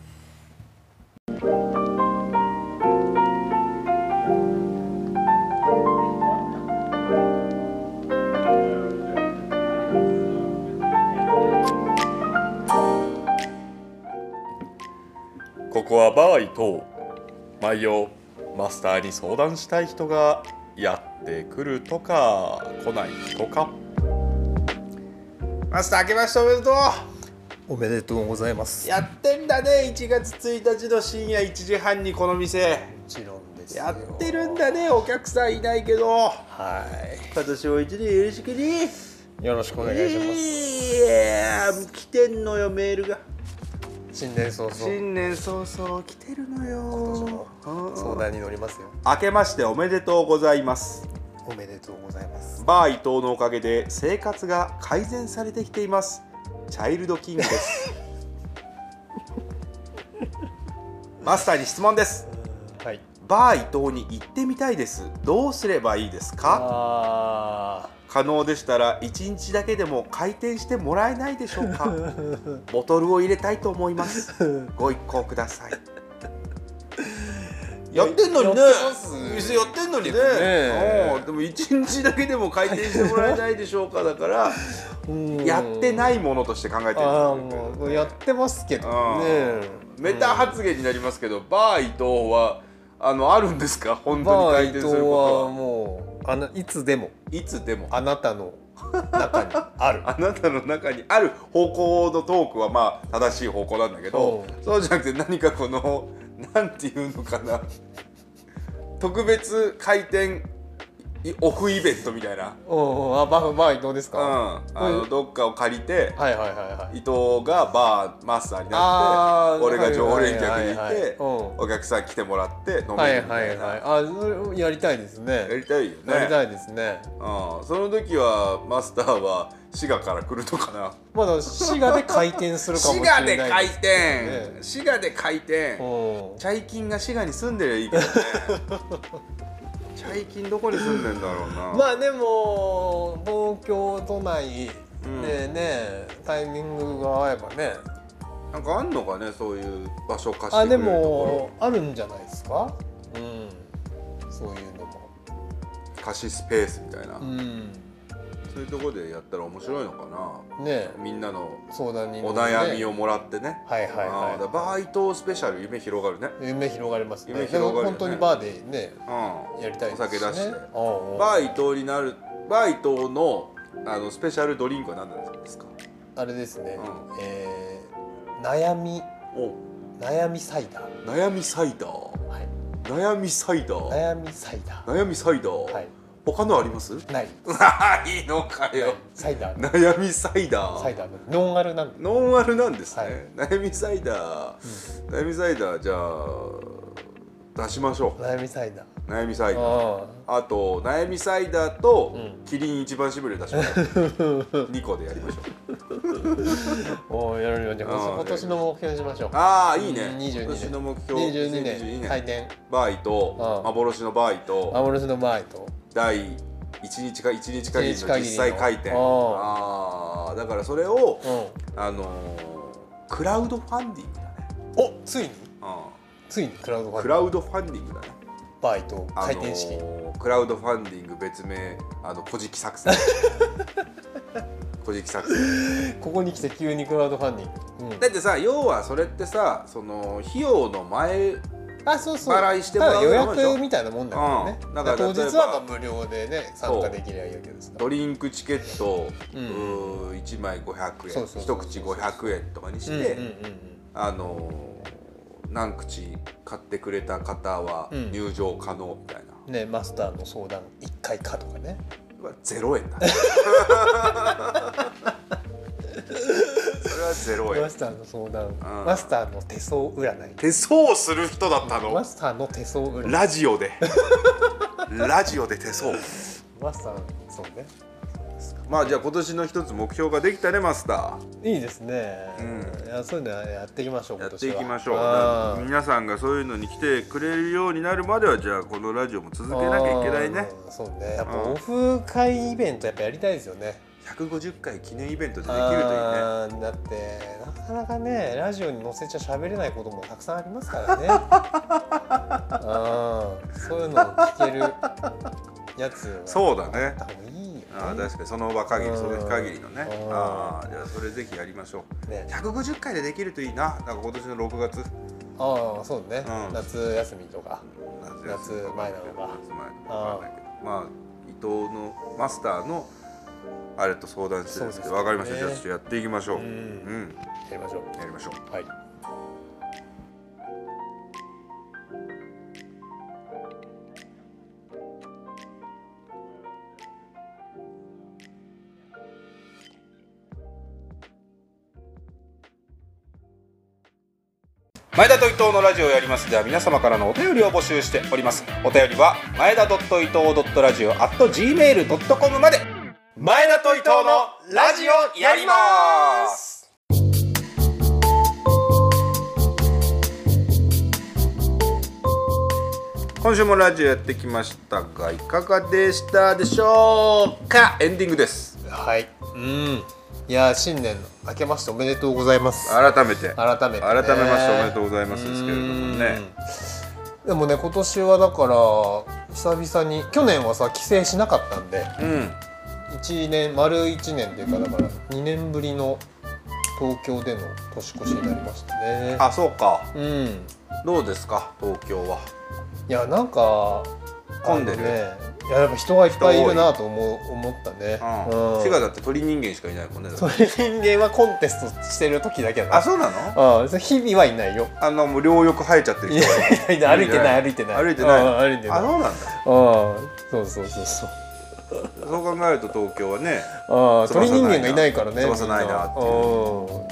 ここはバー伊藤。毎夜マスターに相談したい人がやってくるとか来ないとか。マスター明けましておめでとう。 おめでとうございます。 やってんだね。1月1日の深夜1時半にこの店。 もちろんですよ。 やってるんだね。お客さんいないけど。 はい。 今年も一年よろしくね。 よろしくお願いします。 いや来てんのよメールが。 新年早 々来てるのよ。 相談に乗りますよ。 明けましておめでとうございます。 おめでとうございます。 バー伊藤のおかげで生活が改善されてきています。チャイルドキングですマスターに質問です。 はい。 バー伊藤に行ってみたいです。どうすればいいですか？可能でしたら1日だけでも開店してもらえないでしょうかボトルを入れたいと思いますご一考くださいやってんのにね。店やってんのにね。でも1日だけでも開店してもらえないでしょうかだからやってないものとして考えてるんですよ。 やってますけどね。 メタ発言になりますけど、バー伊藤はあるんですか？本当に開店することは。 もういつでもあなたの中にあるあなたの中にある方向のトークは正しい方向なんだけど、そうじゃなくて何かこのなんていうのかな特別開店オフイベントみたいな。 バー伊藤ですか。 どっかを借りて、伊藤がバーマスターになって、俺が常連客に行って、お客さん来てもらって飲めるみたいな。 やりたいですね。 やりたいよね。 やりたいですね。 その時はマスターは滋賀から来るのかな。 まだ滋賀で開店するかもしれない。 滋賀で開店。滋賀で開店。チャイキンが滋賀に住んでりゃいいけどね。チャイキンどこに住んでんだろうな。 まあでも東京都内でね、タイミングが合えばね。 なんかあんのかね、そういう場所貸してくれるところ。 でもあるんじゃないですか。そういうのも貸しスペースみたいな。そういうところでやったら面白いのかな。ね、みんなの相談にお悩みをもらってね。バー伊藤スペシャル夢広がるね。 夢広がりますね。夢広がる。本当にバーでね、やりたいですね。 お酒出してバー伊藤になる。バー伊藤のスペシャルドリンクは何なんですか。 あれですね。悩みサイダー。悩みサイダー。悩みサイダー。悩みサイダー。悩みサイダー。他のあります？ない。いいのかよ。サイダー。悩みサイダー。サイダー。ノンアルなんで。ノンアルなんですね。悩みサイダー。悩みサイダーじゃあ出しましょう。悩みサイダー。悩みサイダー。あと悩みサイダーとキリン一番搾り出しましょう。2個でやりましょう。やるよ。じゃあ今年の目標にしましょう。いいね。今年の目標。22年開店。バー伊藤。幻のバー伊藤。幻のバー伊藤。第1日か1日限りの実際開店。だからそれをクラウドファンディングだね。ついにクラウドファンディングだね。バー伊藤開店式。クラウドファンディング別名小じき作戦。小じき作戦。ここに来て急にクラウドファンディング。だってさ、要はそれってさ、その費用の前払いしてもらう予約みたいなもんだからね。だから当日は無料でね参加できりゃいいわけですから。ドリンクチケット1枚500円、一口500円とかにして、何口買ってくれた方は入場可能みたいな。ね、マスターの相談1回かとかね。0円だね。それは0円。マスターの相談、マスターの手相占い。手相する人だったの？マスターの手相占い。ラジオで手相。マスター、そうね。まあじゃあ今年の一つ目標ができたね、マスター。いいですね。いや、そういうのやっていきましょう。やっていきましょう。皆さんがそういうのに来てくれるようになるまでは、じゃあこのラジオも続けなきゃいけないね。そうね。やっぱオフ会イベントやっぱやりたいですよね。150回記念イベントでできるといいね。だってなかなかね、ラジオに載せちゃ喋れないこともたくさんありますからね。そういうのを聞けるやつはそうだね。確かにその場限り、その日限りのね。じゃあそれぜひやりましょう。150回でできるといいな。なんか今年の6月。そうね。夏休みとか。夏前なのか。まあ伊藤のマスターのあれと相談してですけど、分かりました。じゃあちょっとやっていきましょう。やりましょう。やりましょう。はい。前田と伊藤のラジオをやりますでは、皆様からのお便りを募集しております。お便りは前田伊藤.radio@gmail.com まで。前田と伊藤のラジオやります。今週もラジオやってきましたが、いかがでしたでしょうか。エンディングです。はい。いや、新年明けましておめでとうございます。改めましておめでとうございますですけれどもね。でもね、今年はだから久々に、去年はさ帰省しなかったんで、丸1年っていうか、だから2年ぶりの東京での年越しになりましたね。あ、そうか。どうですか東京は。いや、なんか混んでるね。 いややっぱ人がいっぱいいるなと思ったね。 滋賀だって鳥人間しかいないもんね。 鳥人間はコンテストしてる時だけだな。 あ、そうなの？ 日々はいないよ。 もう両翼生えちゃってる人がいない。歩いてない。 あ、そうなんだ。 そうそう。 そう考えると東京はね、 鳥人間がいないからね。 翼ないなっていう。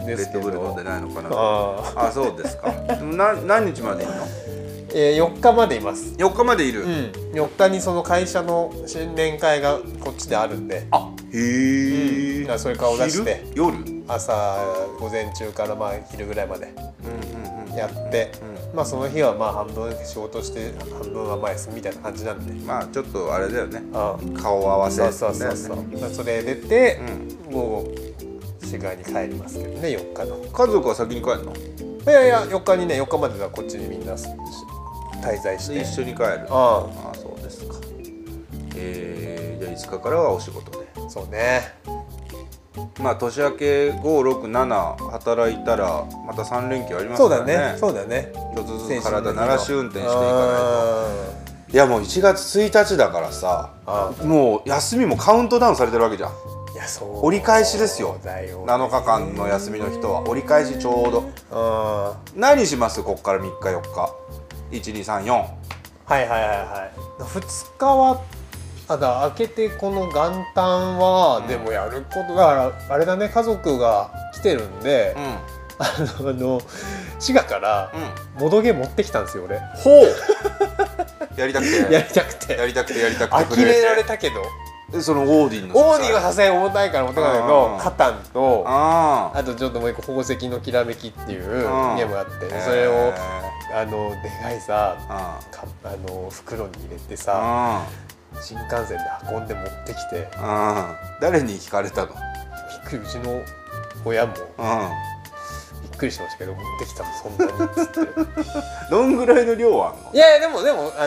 レッドブル飲んでないのかな。あ、そうですか。何日までいるの ？4日までいます。 4日までいる。 4日にその会社の新年会がこっちであるんで。 あ、へえ。 それ顔出して夜朝午前中からまあ昼ぐらいまでやって、まあその日はまあ半分仕事して半分はまあ休みみたいな感じなんで、 まあちょっとあれだよね。顔合わせ。 そう。それ出て午後滋賀に帰りますけどね、4日の。 家族は先に帰るの？ いや4日にね、4日まではこっちにみんな滞在して一緒に帰る。ああ、そうですか。じゃあ5日からはお仕事で。 そうね。 まあ年明け5、6、7働いたらまた3連休ありますからね。 そうだね。 ちょっとずつ体慣らし運転していかないと。いやもう1月1日だからさ、もう休みもカウントダウンされてるわけじゃん。 いやそう。 折り返しですよ。7日間の休みの人は折り返しちょうど。何します？こっから3日4日。1、2、3、4。 はい。2日は開けてこの元旦はでもやることだからあれだね、家族が来てるんで、滋賀からボドゲ持ってきたんですよ俺。 ほう。やりたくて呆れられたけど。 そのオーディンはさすがに重たいから持ってかないけど、カタンとあとちょっともう一個宝石のきらめきっていうゲームがあって、それをでかいさ袋に入れてさ新幹線で運んで持ってきて。 誰に聞かれたの？ びっくり、うちの親もびっくりしましたけど、持ってきたのそんなにっつってどんぐらいの量あんの？ いやでも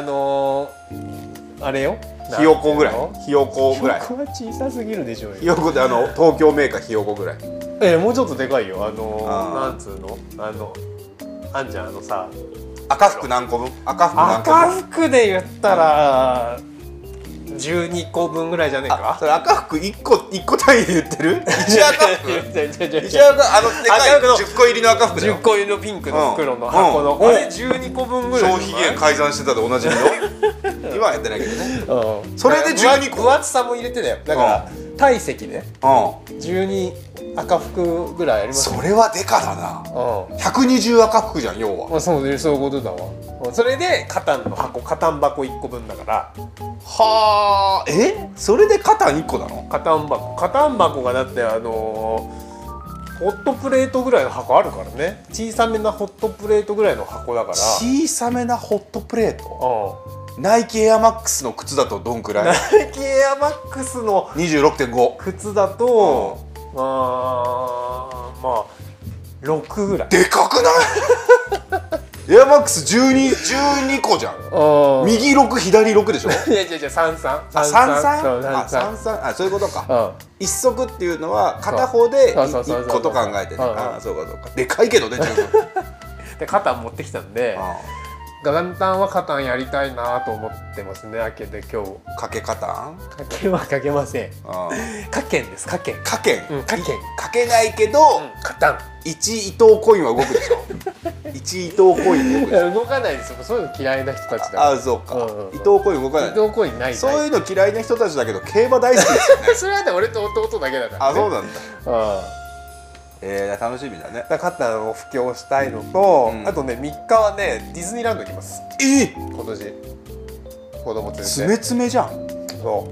あれよ、 ひよこぐらい。ひよこは小さすぎるでしょうよ。 ひよこって東京メーカーひよこぐらい。 もうちょっとでかいよ。なんつうのあんじゃんさ、 赤福何個分？赤福で言ったら12個分ぐらいじゃねえか。 それ赤福1個単位で言ってる？1赤福？1赤でかい10個入りの赤福だよ。 10個入りのピンクの袋の箱のあれ12個分ぐらい。 消費減改ざんしてたと同じの。今はやってないけどね。それで12個。 分厚さも入れてたよ。だから体積で12赤福ぐらいあります。 それはデカだな。120赤福じゃん要は。 そういうことだわ。それでカタン箱1個分だから。 はあ、それでカタン1個なの？ カタン箱がだってホットプレートぐらいの箱あるからね。小さめなホットプレートぐらいの箱だから。 小さめなホットプレート？ナイキエアマックスの靴だとどんくらい？ ナイキエアマックスの 26.5 靴だとまあ6ぐらい。 でかくない？エアマックス12個じゃん。右6左6でしょ？ いや33。 33？そういうことか。一足っていうのは片方で1個と考えてね。そうか。でかいけどね十分。 でカタン持ってきたんで、元旦はカタンやりたいなと思ってますね。明けで今日。 かけカタン？ かけはかけません。かけんです。かけん。 かけないけどカタン。 1伊藤コインは動くでしょ。1伊藤コイン動くでしょ。 動かないですよ。そういうの嫌いな人たちだから。 そうか。伊藤コイン動かない。 伊藤コインない。 そういうの嫌いな人たちだけど競馬大好きですよね。 それはね俺と弟だけだからね。 そうなんだ。楽しみだね。 カタンを布教したいのと、あとね3日はねディズニーランド行きます。今年子供連れて。 詰めじゃん。 そう。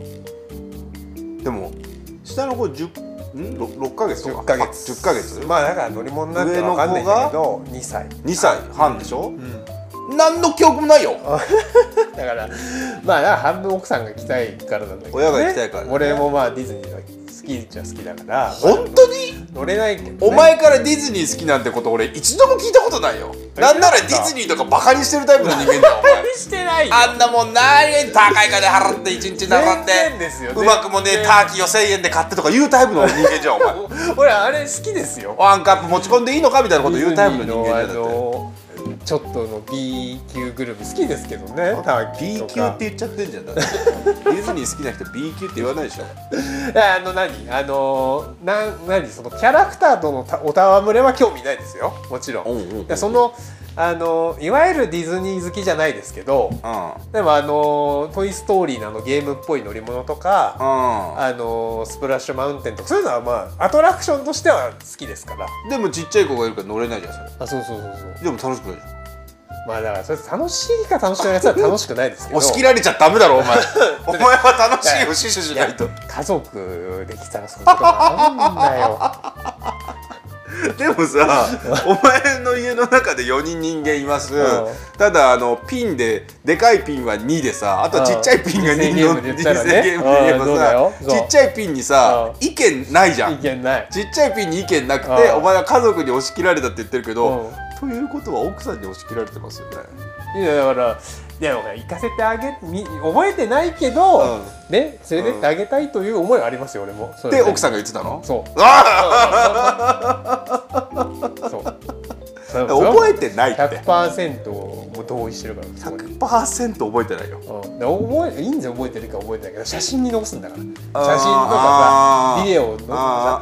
でも下の子6ヶ月とか10ヶ月。 まあだから乗り物なんて分かんないんだけど2歳半でしょ。何の記憶もないよ。 だからまあ半分奥さんが行きたいからなんだけど、 親が行きたいから。 俺もまあディズニーが好きっちゃ好きだから。 本当に？ 乗れないけど。 お前からディズニー好きなんてこと俺一度も聞いたことないよ。なんならディズニーとかバカにしてるタイプの人間だよお前。 してないよ。 あんなもん何高い金払って1日並んでうまくもねターキーを1000円で買ってとか言うタイプの人間じゃんお前。 俺あれ好きですよ。 ワンカップ持ち込んでいいのかみたいなこと言うタイプの人間じゃん。 ちょっとの B 級グルメ好きですけどね。 B 級って言っちゃってんじゃん。だってディズニー好きな人 B 級って言わないでしょ。 何そのキャラクターとのお戯れは興味ないですよ、もちろん。そのいわゆるディズニー好きじゃないですけど、でもトイ・ストーリーのゲームっぽい乗り物とか、スプラッシュマウンテンとかそういうのはまあアトラクションとしては好きですから。 でもちっちゃい子がいるから乗れないじゃんそれ。 そう。 でも楽しくないじゃん。 まあだからそれ楽しいか楽しくないやつは楽しくないですけど。 押し切られちゃダメだろお前。お前は楽しいを死守しないと。 家族できたらそういうことなんだよ。 でもさ、お前の家の中で4人人間います。ただピンででかいピンは2でさ、あとちっちゃいピンが2のディズニーゲームで言えばさ、ちっちゃいピンにさ意見ないじゃん。 意見ない。 ちっちゃいピンに意見なくて、お前は家族に押し切られたって言ってるけど、ということは奥さんに押し切られてますよね。 いやだから行かせてあげ覚えてないけど、ね、連れてってあげたいという思いはありますよ俺も。 で奥さんが言ってたの？ そう。 覚えてないって。 100% も同意してるから。 100% 覚えてないよ。 いいんですよ覚えてるか覚えてないけど、写真に残すんだから。写真とかさビデオの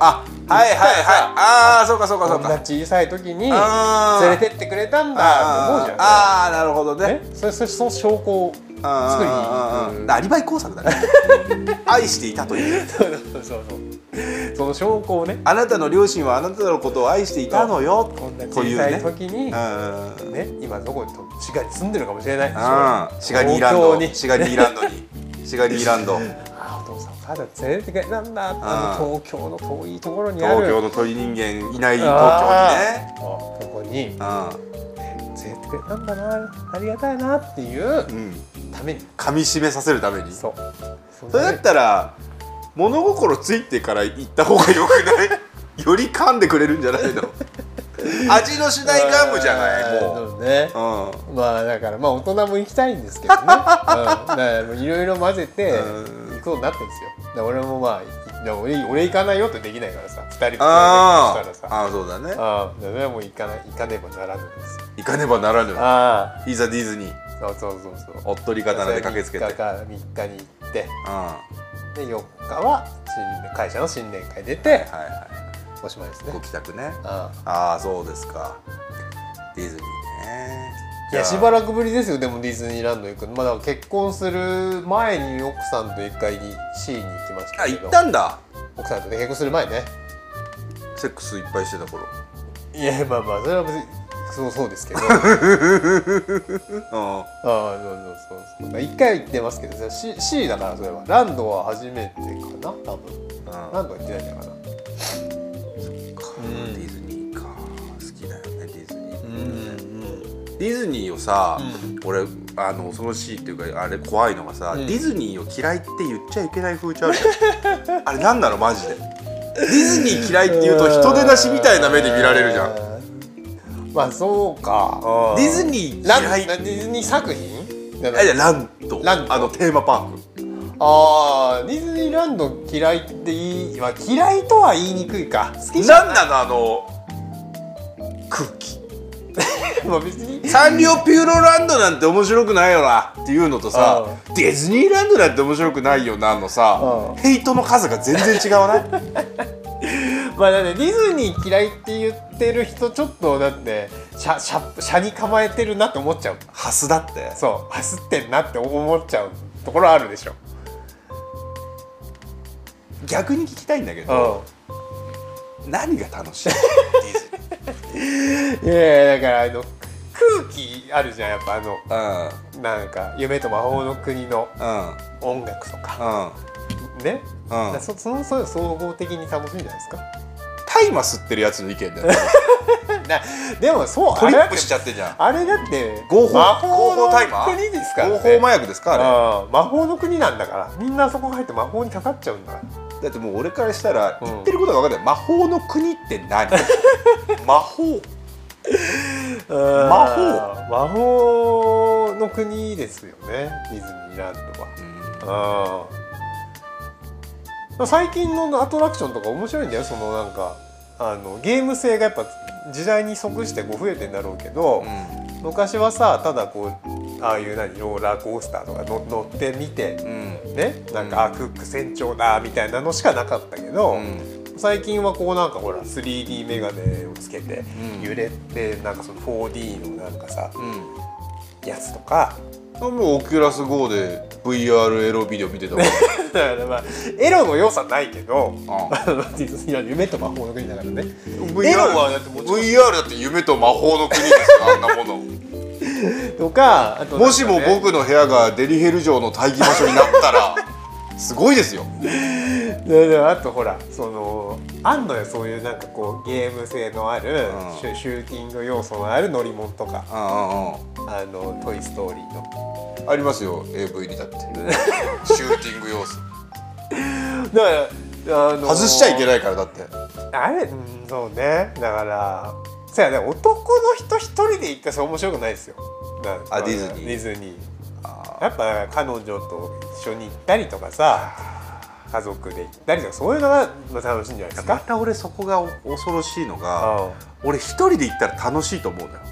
そうか。 こんな小さい時に連れてってくれたんだって思うじゃん。 なるほどね。 その証拠を作りに行く。 アリバイ工作だね。愛していたという。 そうその証拠をね。 あなたの両親はあなたのことを愛していたのよ。 こんな小さい時にね、今どこに滋賀に住んでるかもしれない。 シガニーランドに。シガニーランド。 お父さんお母さん連れてくれたんだ。東京の遠いところにある。 東京の鳥人間いない東京にね。 ここに連れてくれたんだな、ありがたいなっていうために、 噛み締めさせるために。 そう。 それだったら物心ついてから行った方がよくない？より噛んでくれるんじゃないの？味の主題ガムじゃないもう。 ね。まあだから大人も行きたいんですけどね。いろいろ混ぜて行くことになってるんですよ。俺も俺行かないよってできないからさ、2人でしたらさ。 そうだね。 それはもう行かねばならぬんですよ。 行かねばならぬ。いざディズニー。 そう。 おっとり刀で駆けつけて。 3日に行って、で4日は会社の新年会出て、おしまいですね。 ご帰宅ね。そうですか。ディズニーね。 いやしばらくぶりですよ。でもディズニーランド行くの。だから結婚する前に奥さんと1回シーに行きましたけど。 行ったんだ。 奥さんとね、結婚する前ね。 セックスいっぱいしてた頃。 いやそれは別にそうですけど。1回は行ってますけど、C だからそれは。ランドは初めてかな多分。ランドは行ってないんだから。 ディズニーか、好きだよねディズニー。ディズニーをさ、俺恐ろしいっていうかあれ怖いのがさ、ディズニーを嫌いって言っちゃいけない風潮あるじゃん。あれなんだろうマジで。ディズニー嫌いって言うと人出なしみたいな目で見られるじゃん。 まあそうか。 ディズニー嫌い。 ディズニー作品？ ランド。テーマパーク。 ディズニーランド嫌いって嫌いとは言いにくいか。好きじゃない。 なんなの空気。 別にサンリオピューロランドなんて面白くないよなっていうのとさ、ディズニーランドなんて面白くないよなのさ、ヘイトの数が全然違わない？ だってディズニー嫌いって言ってる人ちょっとだって車に構えてるなって思っちゃう。 ハスだって。 そうハスってんなって思っちゃうところあるでしょ。 逆に聞きたいんだけど、何が楽しい？ いやだから空気あるじゃんやっぱなんか夢と魔法の国の音楽とかね、そういう総合的に楽しいんじゃないですか。 大麻吸ってるやつの意見だよね。 でもそうトリップしちゃってんじゃん。 あれだって合法魔法の国ですからね。 合法麻薬ですかあれ。 魔法の国なんだからみんなそこ入って魔法にかかっちゃうんだから。 だってもう俺からしたら言ってることが分かんない。魔法の国って何？魔法の国ですよねディズニーランドは。最近のアトラクションとか面白いんだよ。そのなんかゲーム性がやっぱ時代に即して増えてんだろうけど、 昔はさただこうああいうローラーコースターとか乗ってみて、ねなんか、クック船長だみたいなのしかなかったけど、最近はこうなんかほら 3D メガネをつけて揺れてなんかその 4D のなんかさ、やつとかもうオキュラス GO で VR エロビデオ見てたもんだからまあエロの良さないけど夢と魔法の国だからねエロはだってVR だって夢と魔法の国ですよあんなものとかあと、 もしも僕の部屋がデリヘル城の待機場所になったらすごいですよあとほらそのあんのよそういうなんかこうゲーム性のある、シューティング要素のある乗り物とかトイストーリーのありますよ AV にだってシューティング要素だから外しちゃいけないからだってあれそうねだからそうやね男の人一人で行ったらそう面白くないですよディズニーやっぱ彼女と一緒に行ったりとかさ家族で行ったりとかそういうのが楽しいんじゃないですか。 また俺そこが恐ろしいのが俺一人で行ったら楽しいと思うのよ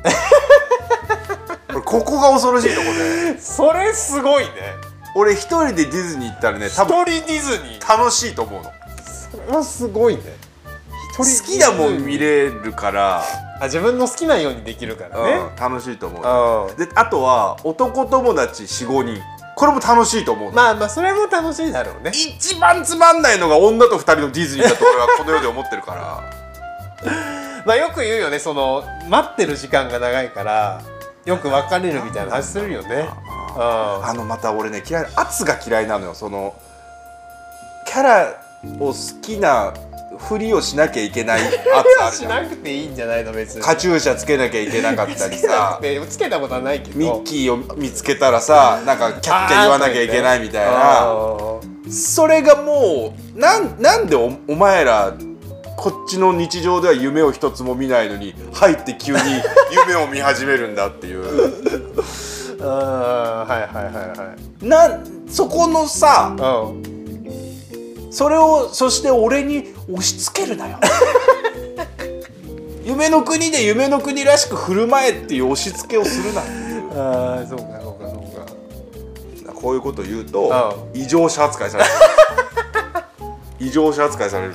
ここが恐ろしいとこでそれすごいね俺一人でディズニー行ったらね多分一人ディズニー楽しいと思うのそれはすごいね好きなもん見れるから自分の好きなようにできるからね、 楽しいと思うであとは男友達 4,5 人これも楽しいと思うまあそれも楽しいだろうね一番つまんないのが女と2人のディズニーだと俺はこの世で思ってるからまあよく言うよねその待ってる時間が長いからよく別れるみたいな話するよねまた俺ね嫌い圧が嫌いなのよそのキャラを好きなふりをしなきゃいけない圧あるじゃんしなくていいんじゃないの別にカチューシャつけなきゃいけなかったりさつけたことはないけどミッキーを見つけたらさなんかキャッキャ言わなきゃいけないみたいなそれがもうなんで お前らこっちの日常では夢を一つも見ないのに入って急に夢を見始めるんだっていうそこのさそして俺に押し付けるなよ夢の国で夢の国らしく振る舞えっていう押し付けをするなそうかこういうこと言うと異常者扱いされる異常者扱いされる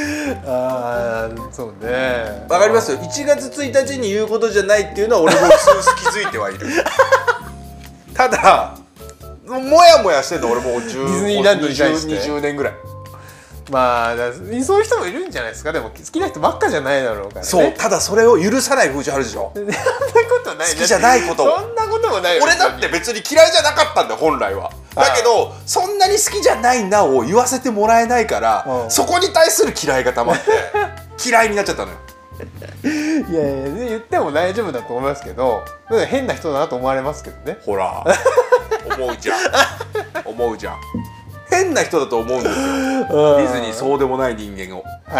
そうねわかりますよ1月1日に言うことじゃないっていうのは俺も気づいてはいるただもやもやしてるの俺もうディズニーランドに対して 20年ぐらいまあそういう人もいるんじゃないですかでも好きな人ばっかじゃないだろうからねそうただそれを許さない風潮あるでしょそんなことない好きじゃないことそんなこともないよ俺だって別に嫌いじゃなかったんだよ本来はだけどそんなに好きじゃないなを言わせてもらえないからそこに対する嫌いがたまって嫌いになっちゃったのよいや言っても大丈夫だと思いますけど変な人だなと思われますけどねほら思うじゃん変な人だと思うんですよディズニーそうでもない人間を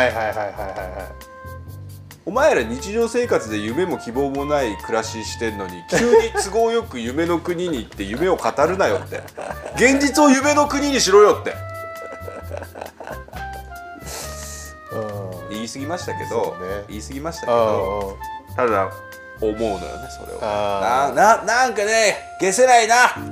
お前ら日常生活で夢も希望もない暮らししてんのに急に都合よく夢の国に行って夢を語るなよって現実を夢の国にしろよって言い過ぎましたけど、ただ思うのよねそれをなんかね消せない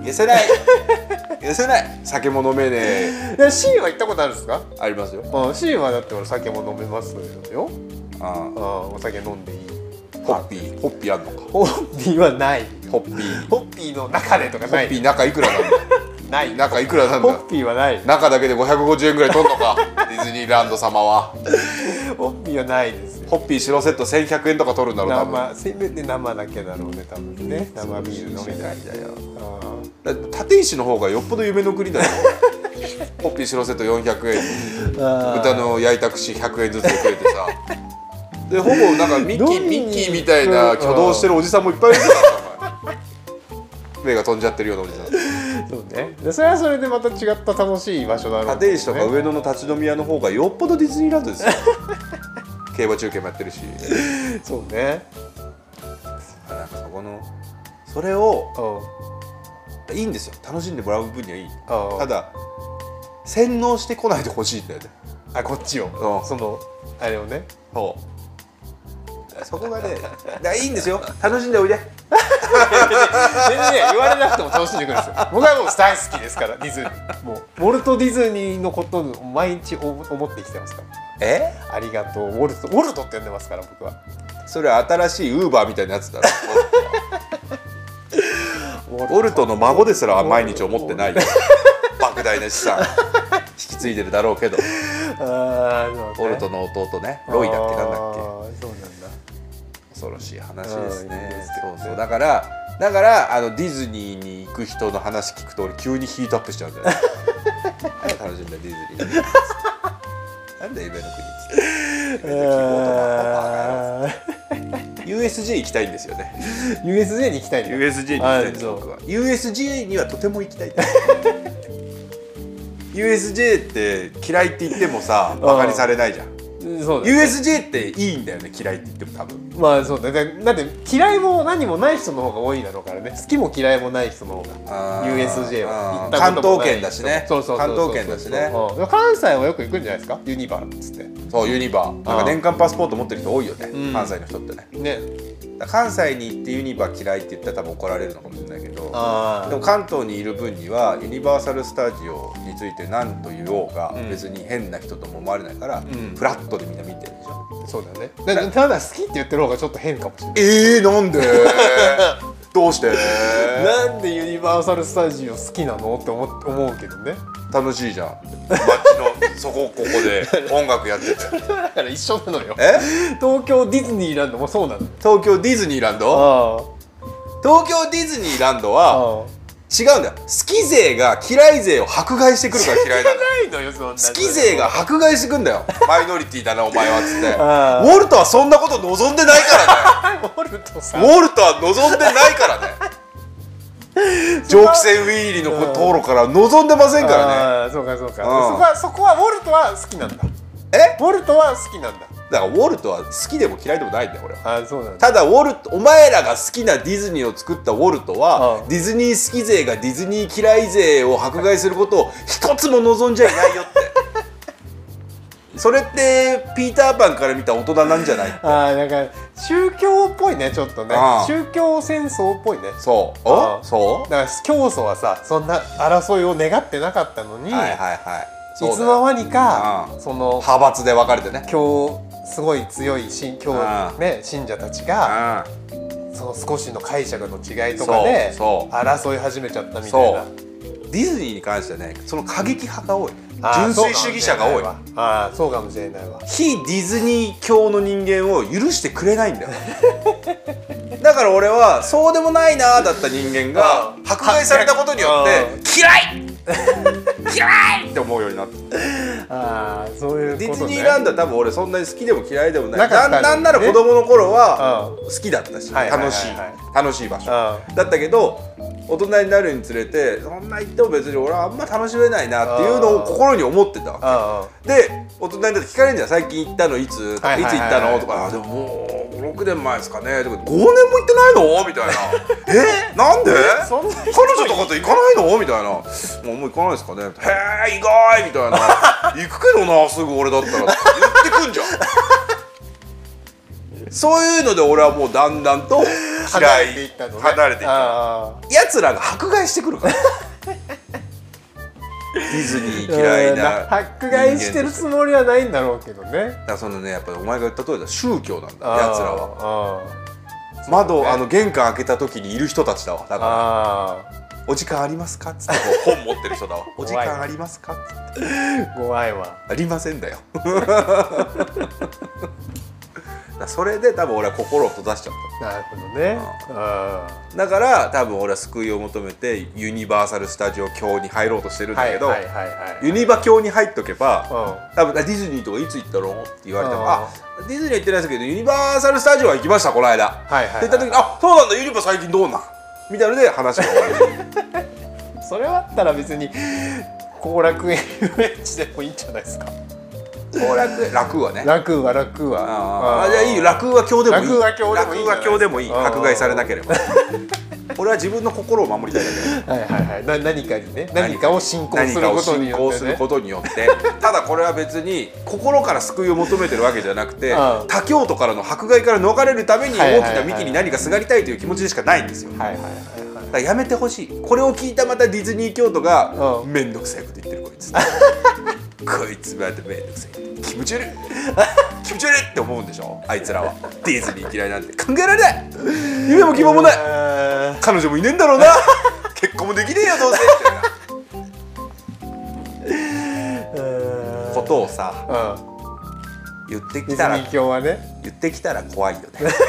酒も飲めねえシーは行ったことあるんですかありますよシーはだって俺酒も飲めますよお酒飲んでいいホッピーあんのかホッピーはないホッピーの中でとかないホッピー中いくらなんだない中いくらなんだホッピーはない中だけで550円ぐらい取んのかディズニーランド様はホッピーはないですよホッピー白セット1100円とか取るんだろう多分せめて生だけだろうね多分ね生ビール飲めないんだよ立石の方がよっぽど夢の国だよホッピー白セット400円豚の焼いた串100円ずつで食えてさでほぼなんかミッキーみたいな挙動してるおじさんもいっぱいいるから目が飛んじゃってるようなおじさんそうねでそれはそれでまた違った楽しい場所だろう、 立石とか上野の立ち飲み屋の方がよっぽどディズニーランドですよ競馬中継もやってるしそうねなんかそれをいいんですよ楽しんでもらう分にはいいただ洗脳してこないでほしいんだよねこっちをそのあれをねそこがねいいんですよ楽しんでおいで全然ね言われなくても楽しんでくるんですよ。僕はもう大好きですからディズニー。もうウォルト・ディズニーのことを毎日思って生きてますから。ありがとうウォルトって呼んでますから僕は。 それは新しいウーバーみたいなやつだろ。ウォルトの孫ですら毎日思ってないよ。莫大な資産引き継いでるだろうけど。ウォルトの弟ね、ロイだっけなんだっけ。 そうなんだ。 恐ろしい話ですね。そうそう、だからディズニーに行く人の話聞くと俺急にヒートアップしちゃうんだよね。楽しんだディズニー。なんで夢の国っつって。USJ 行きたいんですよね。 USJ に行きたいんだ。 USJ に行きたいんです僕は。USJ にはとても行きたい。USJ って嫌いって言ってもさバカにされないじゃん。そうだね、USJ っていいんだよね、嫌いって言っても多分。 まあそうだね。だって嫌いも何もない人の方が多いだろうからね。好きも嫌いもない人の方が USJ は関東圏だしね。関東圏だしね。 関西はよく行くんじゃないですか、ユニバーっつって。 そう、ユニバーなんか年間パスポート持ってる人多いよね、関西の人ってね。関西に行ってユニバー嫌いって言ったら多分怒られるのかもしれないけど、でも関東にいる分にはユニバーサル・スタジオについて何と言おうが別に変な人とも思われないから、フラットでみんな見てるでしょ。 そうだね。ただ好きって言ってる方がちょっと変かもしれない。 なんでどうしてなんでユニバーサル・スタジオ好きなのって思うけどね。 楽しいじゃん。街のそここで音楽やってて。 だから一緒なのよ。東京ディズニーランドもそうなの。 東京ディズニーランド？東京ディズニーランドは違うんだよ。好き勢が嫌い勢を迫害してくるから嫌いなんだよ。好き勢が迫害してくんだよ。マイノリティだなお前はっつって。ウォルトはそんなこと望んでないからね。ウォルトは望んでないからね。蒸気船ウィーリーの道路から望んでませんからね。 そうか。そこはウォルトは好きなんだ。ウォルトは好きなんだ。 だからウォルトは好きでも嫌いでもないんだよ俺は。 そうなんだ。 ただお前らが好きなディズニーを作ったウォルトはディズニー好き勢がディズニー嫌い勢を迫害することを一つも望んじゃいないよって。それってピーターパンから見た大人なんじゃないって。 なんか宗教っぽいね、ちょっとね。宗教戦争っぽいね。 そうだから教祖はさ、そんな争いを願ってなかったのに、いつの間にかその派閥で分かれてね、 すごい強い信者たちがその少しの解釈の違いとかで争い始めちゃったみたいな。 ディズニーに関してはね、その過激派が多い。純粋主義者が多い。 そうかもしれないわ。 非ディズニー教の人間を許してくれないんだよ。だから俺はそうでもないなーだった人間が迫害されたことによって嫌いって思うようになって。 そういうことね。 ディズニーランドは多分俺そんなに好きでも嫌いでもない。なんなら子供の頃は好きだったし、楽しい場所だったけど、大人になるにつれてそんな言っても別に俺はあんま楽しめないなっていうのを心に思ってたわけで、大人になって聞かれるんじゃん。最近行ったのいつ行ったのとか、でももう5、6年前ですかねとか、5年も行ってないのみたいな。なんで彼女とかと行かないのみたいな。もう行かないですかね。へえ意外みたいな。行くけどなすぐ俺だったらって言ってくんじゃん。そういうので俺はもうだんだんと離れていったやつらが迫害してくるから。ディズニー嫌いな迫害してるつもりはないんだろうけどね。だからそのね、やっぱりお前が言った通りだ、宗教なんだやつらは。玄関開けた時にいる人たちだわ。だからお時間ありますかっつって本持ってる人だわ。お時間ありますかっつって怖いわ。 ありませんだよ。それで多分俺は心を閉ざしちゃった。 なるほどね。 だから多分俺は救いを求めてユニバーサル・スタジオ教に入ろうとしてるんだけど、ユニバ教に入っとけば多分ディズニーとかいつ行ったのって言われても、ディズニーは行ってないですけどユニバーサル・スタジオは行きましたこの間って言った時に、そうなんだユニバ最近どうなんみたいなので話が終わる。 それはあったら別に後楽園遊園地でもいいんじゃないですか。 楽はね。 楽は。 じゃあいいよ、楽は今日でもいい。楽は今日でもいい。迫害されなければ。 俺は自分の心を守りたいだけ。はいはいはい。何かにね、何かを信仰することによって、 ただこれは別に心から救いを求めてるわけじゃなくて、他教徒からの迫害から逃れるために大きな幹に何かすがりたいという気持ちでしかないんですよ。だからやめてほしい。これを聞いたまたディズニー教徒が面倒くさいこと言ってるこいつ。こいつまた面倒くさい。気持ち悪い。気持ち悪いって思うんでしょ、あいつらは。ディズニー嫌いなんて考えられない。夢も希望もない。彼女もいねえんだろうな。結婚もできねえよどうせみたいなことをさ、言ってきたら、言ってきたら怖いよね。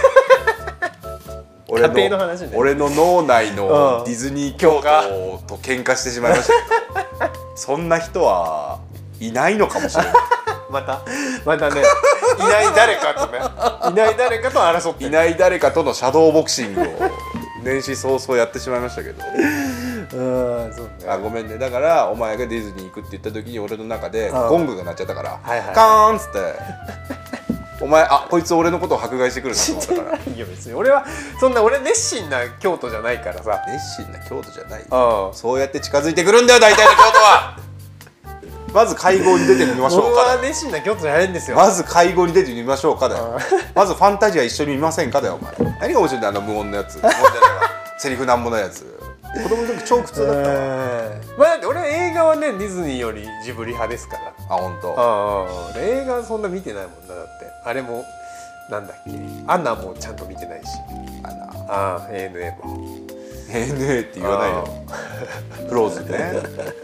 俺の脳内のディズニー教徒と喧嘩してしまいましたけど、そんな人はいないのかもしれない。 またね、いない誰かと争って、 いない誰かとのシャドーボクシングを年始早々やってしまいましたけど。あ、ごめんね。だからお前がディズニー行くって言った時に俺の中でゴングが鳴っちゃったからカーンっつって、お前、あ、こいつ俺のことを迫害してくるなと思ったから。 いや別に俺はそんな、俺熱心な教徒じゃないからさ。 熱心な教徒じゃない。そうやって近づいてくるんだよ大体の教徒は。まず会合に出てみましょうか。 僕は熱心な教徒じゃないんですよ。 まず会合に出てみましょうかだよ。まずファンタジア一緒に見ませんかだよお前。何が面白いんだ、あの無音のやつ。無音じゃないわ。セリフなんもないやつ。子供の時超苦痛だったわ。 まあだって俺映画はね、ディズニーよりジブリ派ですから。 あ、本当。 映画そんな見てないもんな。だってあれもなんだっけ、アナもちゃんと見てないし。アナ、ANA も ANA って言わないよ。フローズンね。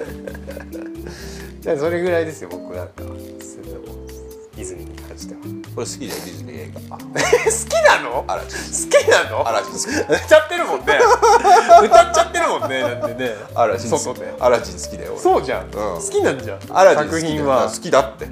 じゃあそれぐらいですよ、僕なんかディズニーに関しては。 これ好きだよ、ディズニー映画。 好きなの？ アラジン好きなの？ アラジン好き。 歌っちゃってるもんね。歌っちゃってるもんね。なんでね。 アラジン好き。アラジン好きだよ。 そうじゃん。好きなんじゃん。 アラジン作品は好きだって。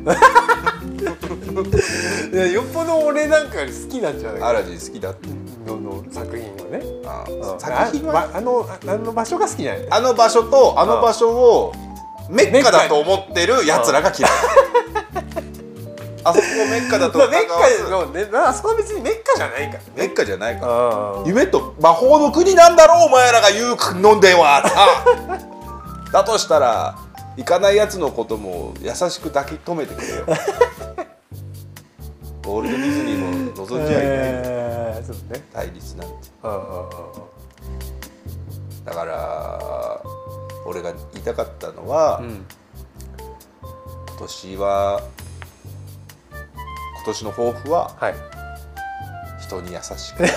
いや、よっぽど俺なんかより好きなんじゃない？ アラジン好きだって。 の作品はね。 作品はあの場所が好きじゃない？ あの場所とあの場所をメッカだと思ってる奴らが嫌い。あそこをメッカだと。 メッカのね、あそこは別にメッカじゃないから。 メッカじゃないから。夢と魔法の国なんだろうお前らが言うのではさ。だとしたら行かない奴のことも優しく抱き留めてくれよ。俺とディズニーも望んじゃいない。 そうね。 対立なんて。だから俺が言いたかったのは、今年の抱負は、人に優しく。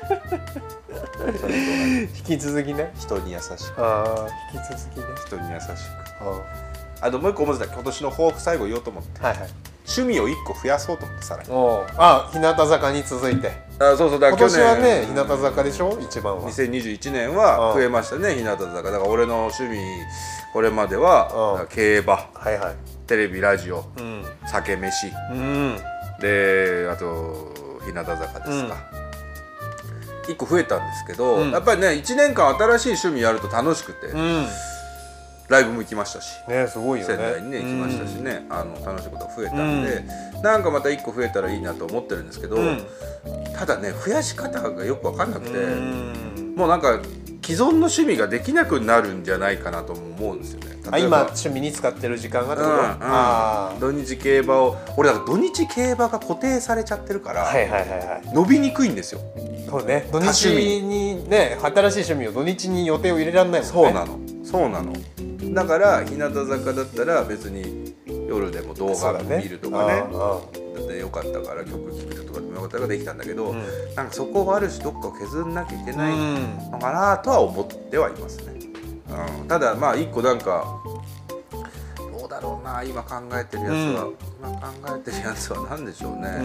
引き続きね。 人に優しく。 引き続きね。 人に優しく。あともう一個思ってた、今年の抱負最後言おうと思って。趣味を1個増やそうと思ってさらに。 日向坂に続いて。 そうだ、 今年はね、日向坂でしょ、一番は。 2021年は増えましたね、日向坂。だから俺の趣味これまでは競馬、テレビラジオ、酒飯で、あと日向坂ですか。1個増えたんですけど、やっぱりね、1年間新しい趣味やると楽しくて。ライブも行きましたし、 すごいよね。 仙台にね行きましたしね、楽しいことが増えたんで、なんかまた1個増えたらいいなと思ってるんですけど、ただね、増やし方がよく分かんなくて、もうなんか既存の趣味ができなくなるんじゃないかなとも思うんですよね。 今趣味に使ってる時間がってこと？ 土日競馬を、俺だから土日競馬が固定されちゃってるから伸びにくいんですよ。 そうね、土日にね、新しい趣味を土日に予定を入れられないもんね。 そうなの。だから日向坂だったら別に夜でも動画見るとかね、だってよかったから曲聴くとかでもよかったからできたんだけど、なんかそこがあるし、どっかを削んなきゃいけないのかなとは思ってはいますね。ただまあ一個なんかどうだろうな、今考えてるやつは何でしょうね。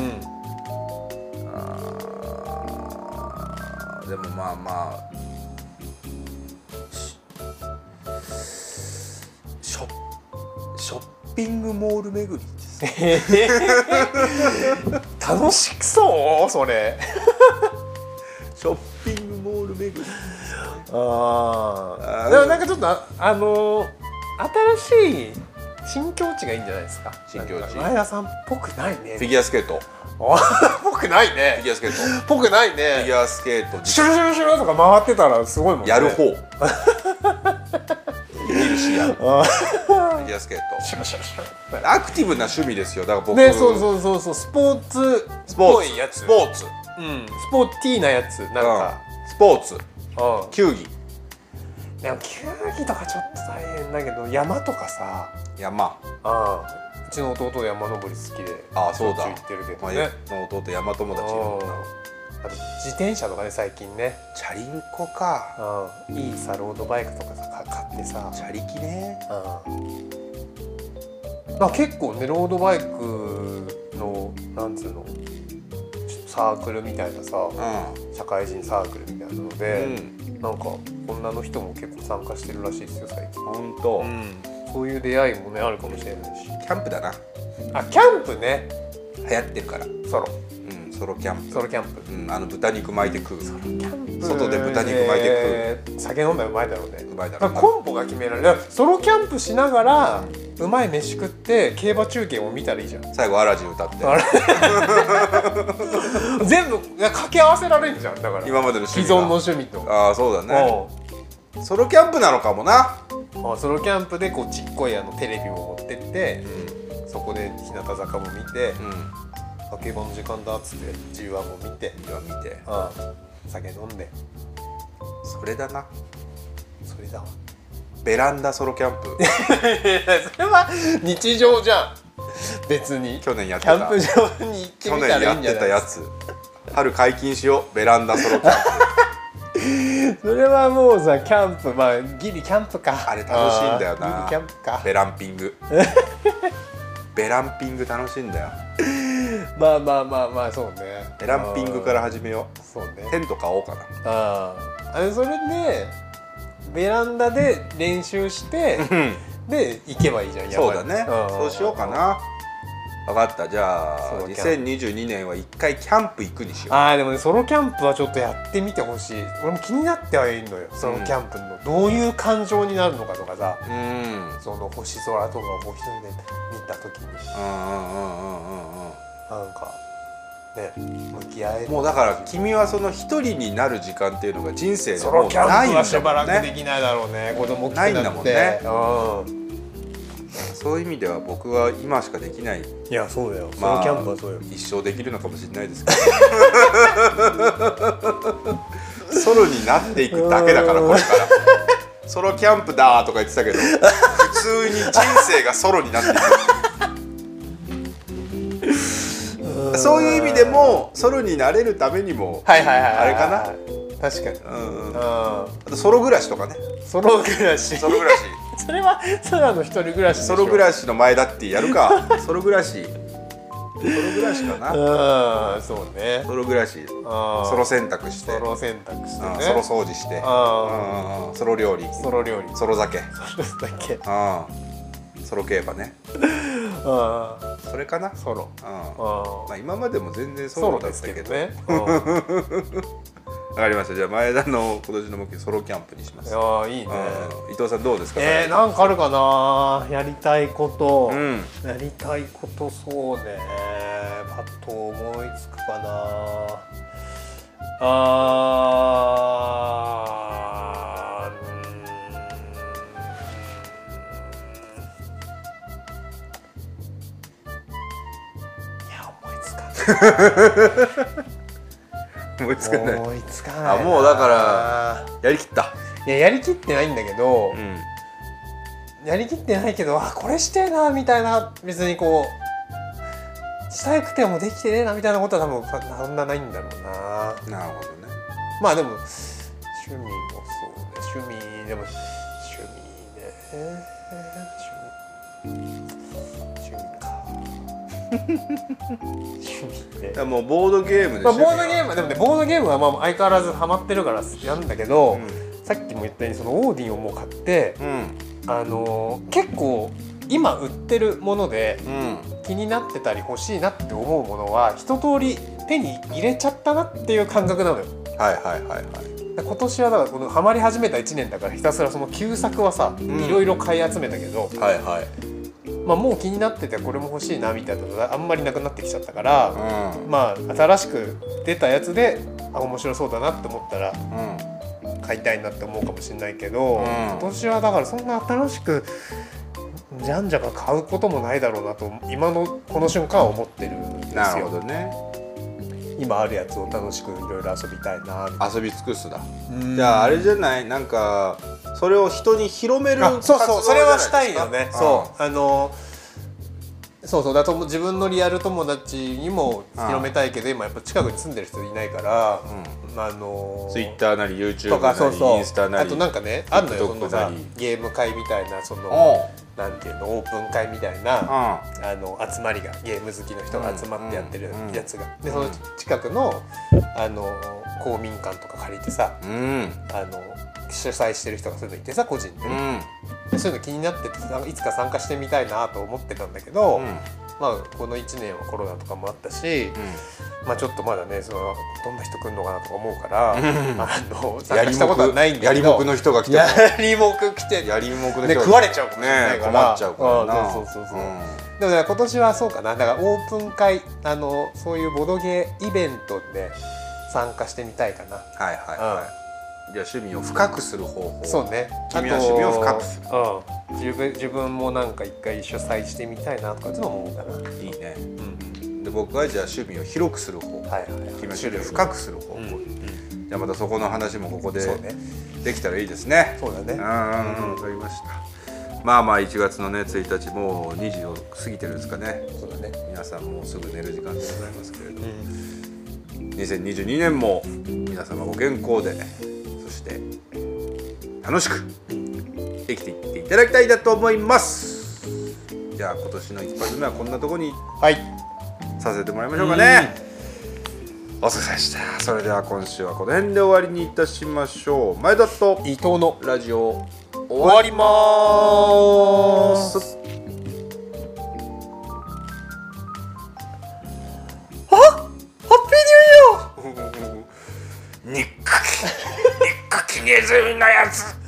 でもまあショッピングモール巡りです。 楽しそうそれ。 ショッピングモール巡り。でもなんかちょっと新しい新境地がいいんじゃないですか。 新境地。 前田さんっぽくないね。 フィギュアスケート。 ぽくくないね。 フィギュアスケートぽくないね。 フィギュアスケートシュルシュルシュルとか回ってたらすごいもんね。 やる方見るしやるフィギュアスケートシュルシュルシュルアクティブな趣味ですよ。だから僕ね、そうスポーツっぽいやつ、 スポーツスポーティーなやつなんか、 スポーツ球技でも球技とかちょっと大変だけど、山とかさ、 山うちの弟山登り好きでそうだしょっちゅう行ってるけどね。 弟山友達いるもんな。 あと自転車とかね、最近ね、 チャリンコか、 いいさロードバイクとかさ買ってさ、 チャリキね、 結構ねロードバイクのなんつうのサークルみたいなさ、社会人サークルみたいなので、なんか女の人も結構参加してるらしいですよ最近。 ほんと、 そういう出会いもねあるかもしれないし。 キャンプだな。 キャンプね、 流行ってるから。 ソロキャンプ。 ソロキャンプ。 豚肉巻いて食う。 ソロキャンプ。 外で豚肉巻いて食う。酒飲んだらうまいだろうね。 うまいだろう。 コンボが決められる。ソロキャンプしながらうまい飯食って競馬中継を見たらいいじゃん。 最後アラジン歌って。 全部掛け合わせられるじゃん。だから今までの既存の趣味と。 そうだね。ソロキャンプなのかもな。 ソロキャンプでこうちっこいテレビを持ってって、そこで日向坂も見て、競馬の時間だっつって G1 も見て、酒飲んで。 それだな。 それだわ。 ベランダソロキャンプ。 それは日常じゃん。別に去年やってたキャンプ場に行ってみたらいいんじゃない。 去年やってたやつ。春解禁しよう。ベランダソロキャンプ。それはもうさ、キャンプ、ギリキャンプか。 あれ楽しいんだよな。 ギリキャンプか。 ベランピング。ベランピング楽しいんだよ。 そうね。 ベランピングから始めよう。 そうね。 テント買おうかな。 それでベランダで練習してで行けばいいじゃん。 そうだね。そうしようかな。分かった。じゃあ2022年は一回キャンプ行くにしよう。 でもね、ソロキャンプはちょっとやってみてほしい。俺も気になってはいるのよ。ソロキャンプのどういう感情になるのかとかさ、その星空とかを一人で見た時になんかね、向き合える。 もうだから君はその一人になる時間っていうのが人生でソロキャンプはしばらないんだもんね。 くできないだろうね。子供ないんだもんね。そういう意味では僕は今しかできない。 いや、そうだよ。ソロキャンプはそうよ。 一生できるのかもしれないですけどソロになっていくだけだからこれからソロキャンプだとか言ってたけど普通に人生がソロになっていくそういう意味でもソロになれるためにもあれかな。 確かに。 あとソロ暮らしとかね。 ソロ暮らしそれはただの一人暮らしでしょ。 ソロ暮らしの前だってやるか。ソロ暮らしかな。 そうね。 ソロ暮らし、ソロ洗濯して、ソロ掃除して、ソロ料理、ソロ酒、ソロ競馬ね。それかな。ソロ。今までも全然ソロだったけどね。わかりました。じゃあ前田の今年の目標ソロキャンプにします。 いいね。 伊藤さんどうですか。 なんかあるかな。やりたいこと、そうね。パッと思いつくかな。 思いつかない。 思いつかない。 もうだからやりきった。 いや、やりきってないんだけど、やりきってないけど、これしてえなみたいな、別にこうしたくてもできてねえなみたいなことは多分そんなないんだろうな。 なるほどね。 でも趣味もそうね。趣味ね。 もうボードゲームでボードゲームは相変わらずハマってるからやるんだけど、さっきも言ったようにそのオーディンをもう買って、結構今売ってるもので気になってたり欲しいなって思うものは一通り手に入れちゃったなっていう感覚なのよ。今年はだからこのハマり始めた1年だからひたすらその旧作はさ、いろいろ買い集めたけど、 まあ、もう気になっててこれも欲しいなみたいなのがあんまりなくなってきちゃったから、まあ新しく出たやつで面白そうだなって思ったら買いたいなって思うかもしれないけど、今年はだからそんな新しくじゃんじゃか買うこともないだろうなと今のこの瞬間は思ってるんですよ。 なるほどね。 今あるやつを楽しくいろいろ遊びたいなみたいな。 遊び尽くすだ。じゃああれじゃない、なんかそれを人に広める活動じゃないですか。 そうそう、それはしたいよね。そうだと自分のリアル友達にも広めたいけど、今やっぱ近くに住んでる人いないから、 ツイッターなり YouTube とかなりインスタなり、 あとなんかねあんのよ、そのさゲーム会みたいな、そのなんていうの、オープン会みたいな集まりが、ゲーム好きの人が集まってやってるやつが、でその近くの公民館とか借りてさ、主催してる人がそういうのいてさ、個人でね、そういうの気になってていつか参加してみたいなと思ってたんだけど、まあこの1年はコロナとかもあったし、まあちょっとまだね、そのどんな人来るのかなとか思うから、参加したことはないんだけど、 やりもくの人が来ても、 やりもく来て、 やりもくの人が食われちゃうかもしれないから、 困っちゃうからな。 そうでもね、今年はそうかな、だからオープン会、そういうボドゲイベントで参加してみたいかな。 はいはいはい。じゃあ趣味を深くする方法。 そうね。 君は趣味を深くする。 自分もなんか一回主催してみたいなとかってのも思うかな。 いいね。で僕はじゃあ趣味を広くする方法。君は趣味を深くする方法。じゃあまたそこの話もここでできたらいいですね。 そうだね。 わかりました。まあまあ1月のね1日もう2時を過ぎてるんですかね。 そうだね。 皆さんもうすぐ寝る時間でございますけれども、2022年も皆様ご健康で、そして楽しく生きていっていただきたいなと思います。じゃあ今年の一発目はこんなところにさせてもらいましょうかね。お疲れ様でした。それでは今週はこの辺で終わりにいたしましょう。前田と伊藤のラジオ終わります。肉気ネズミのやつ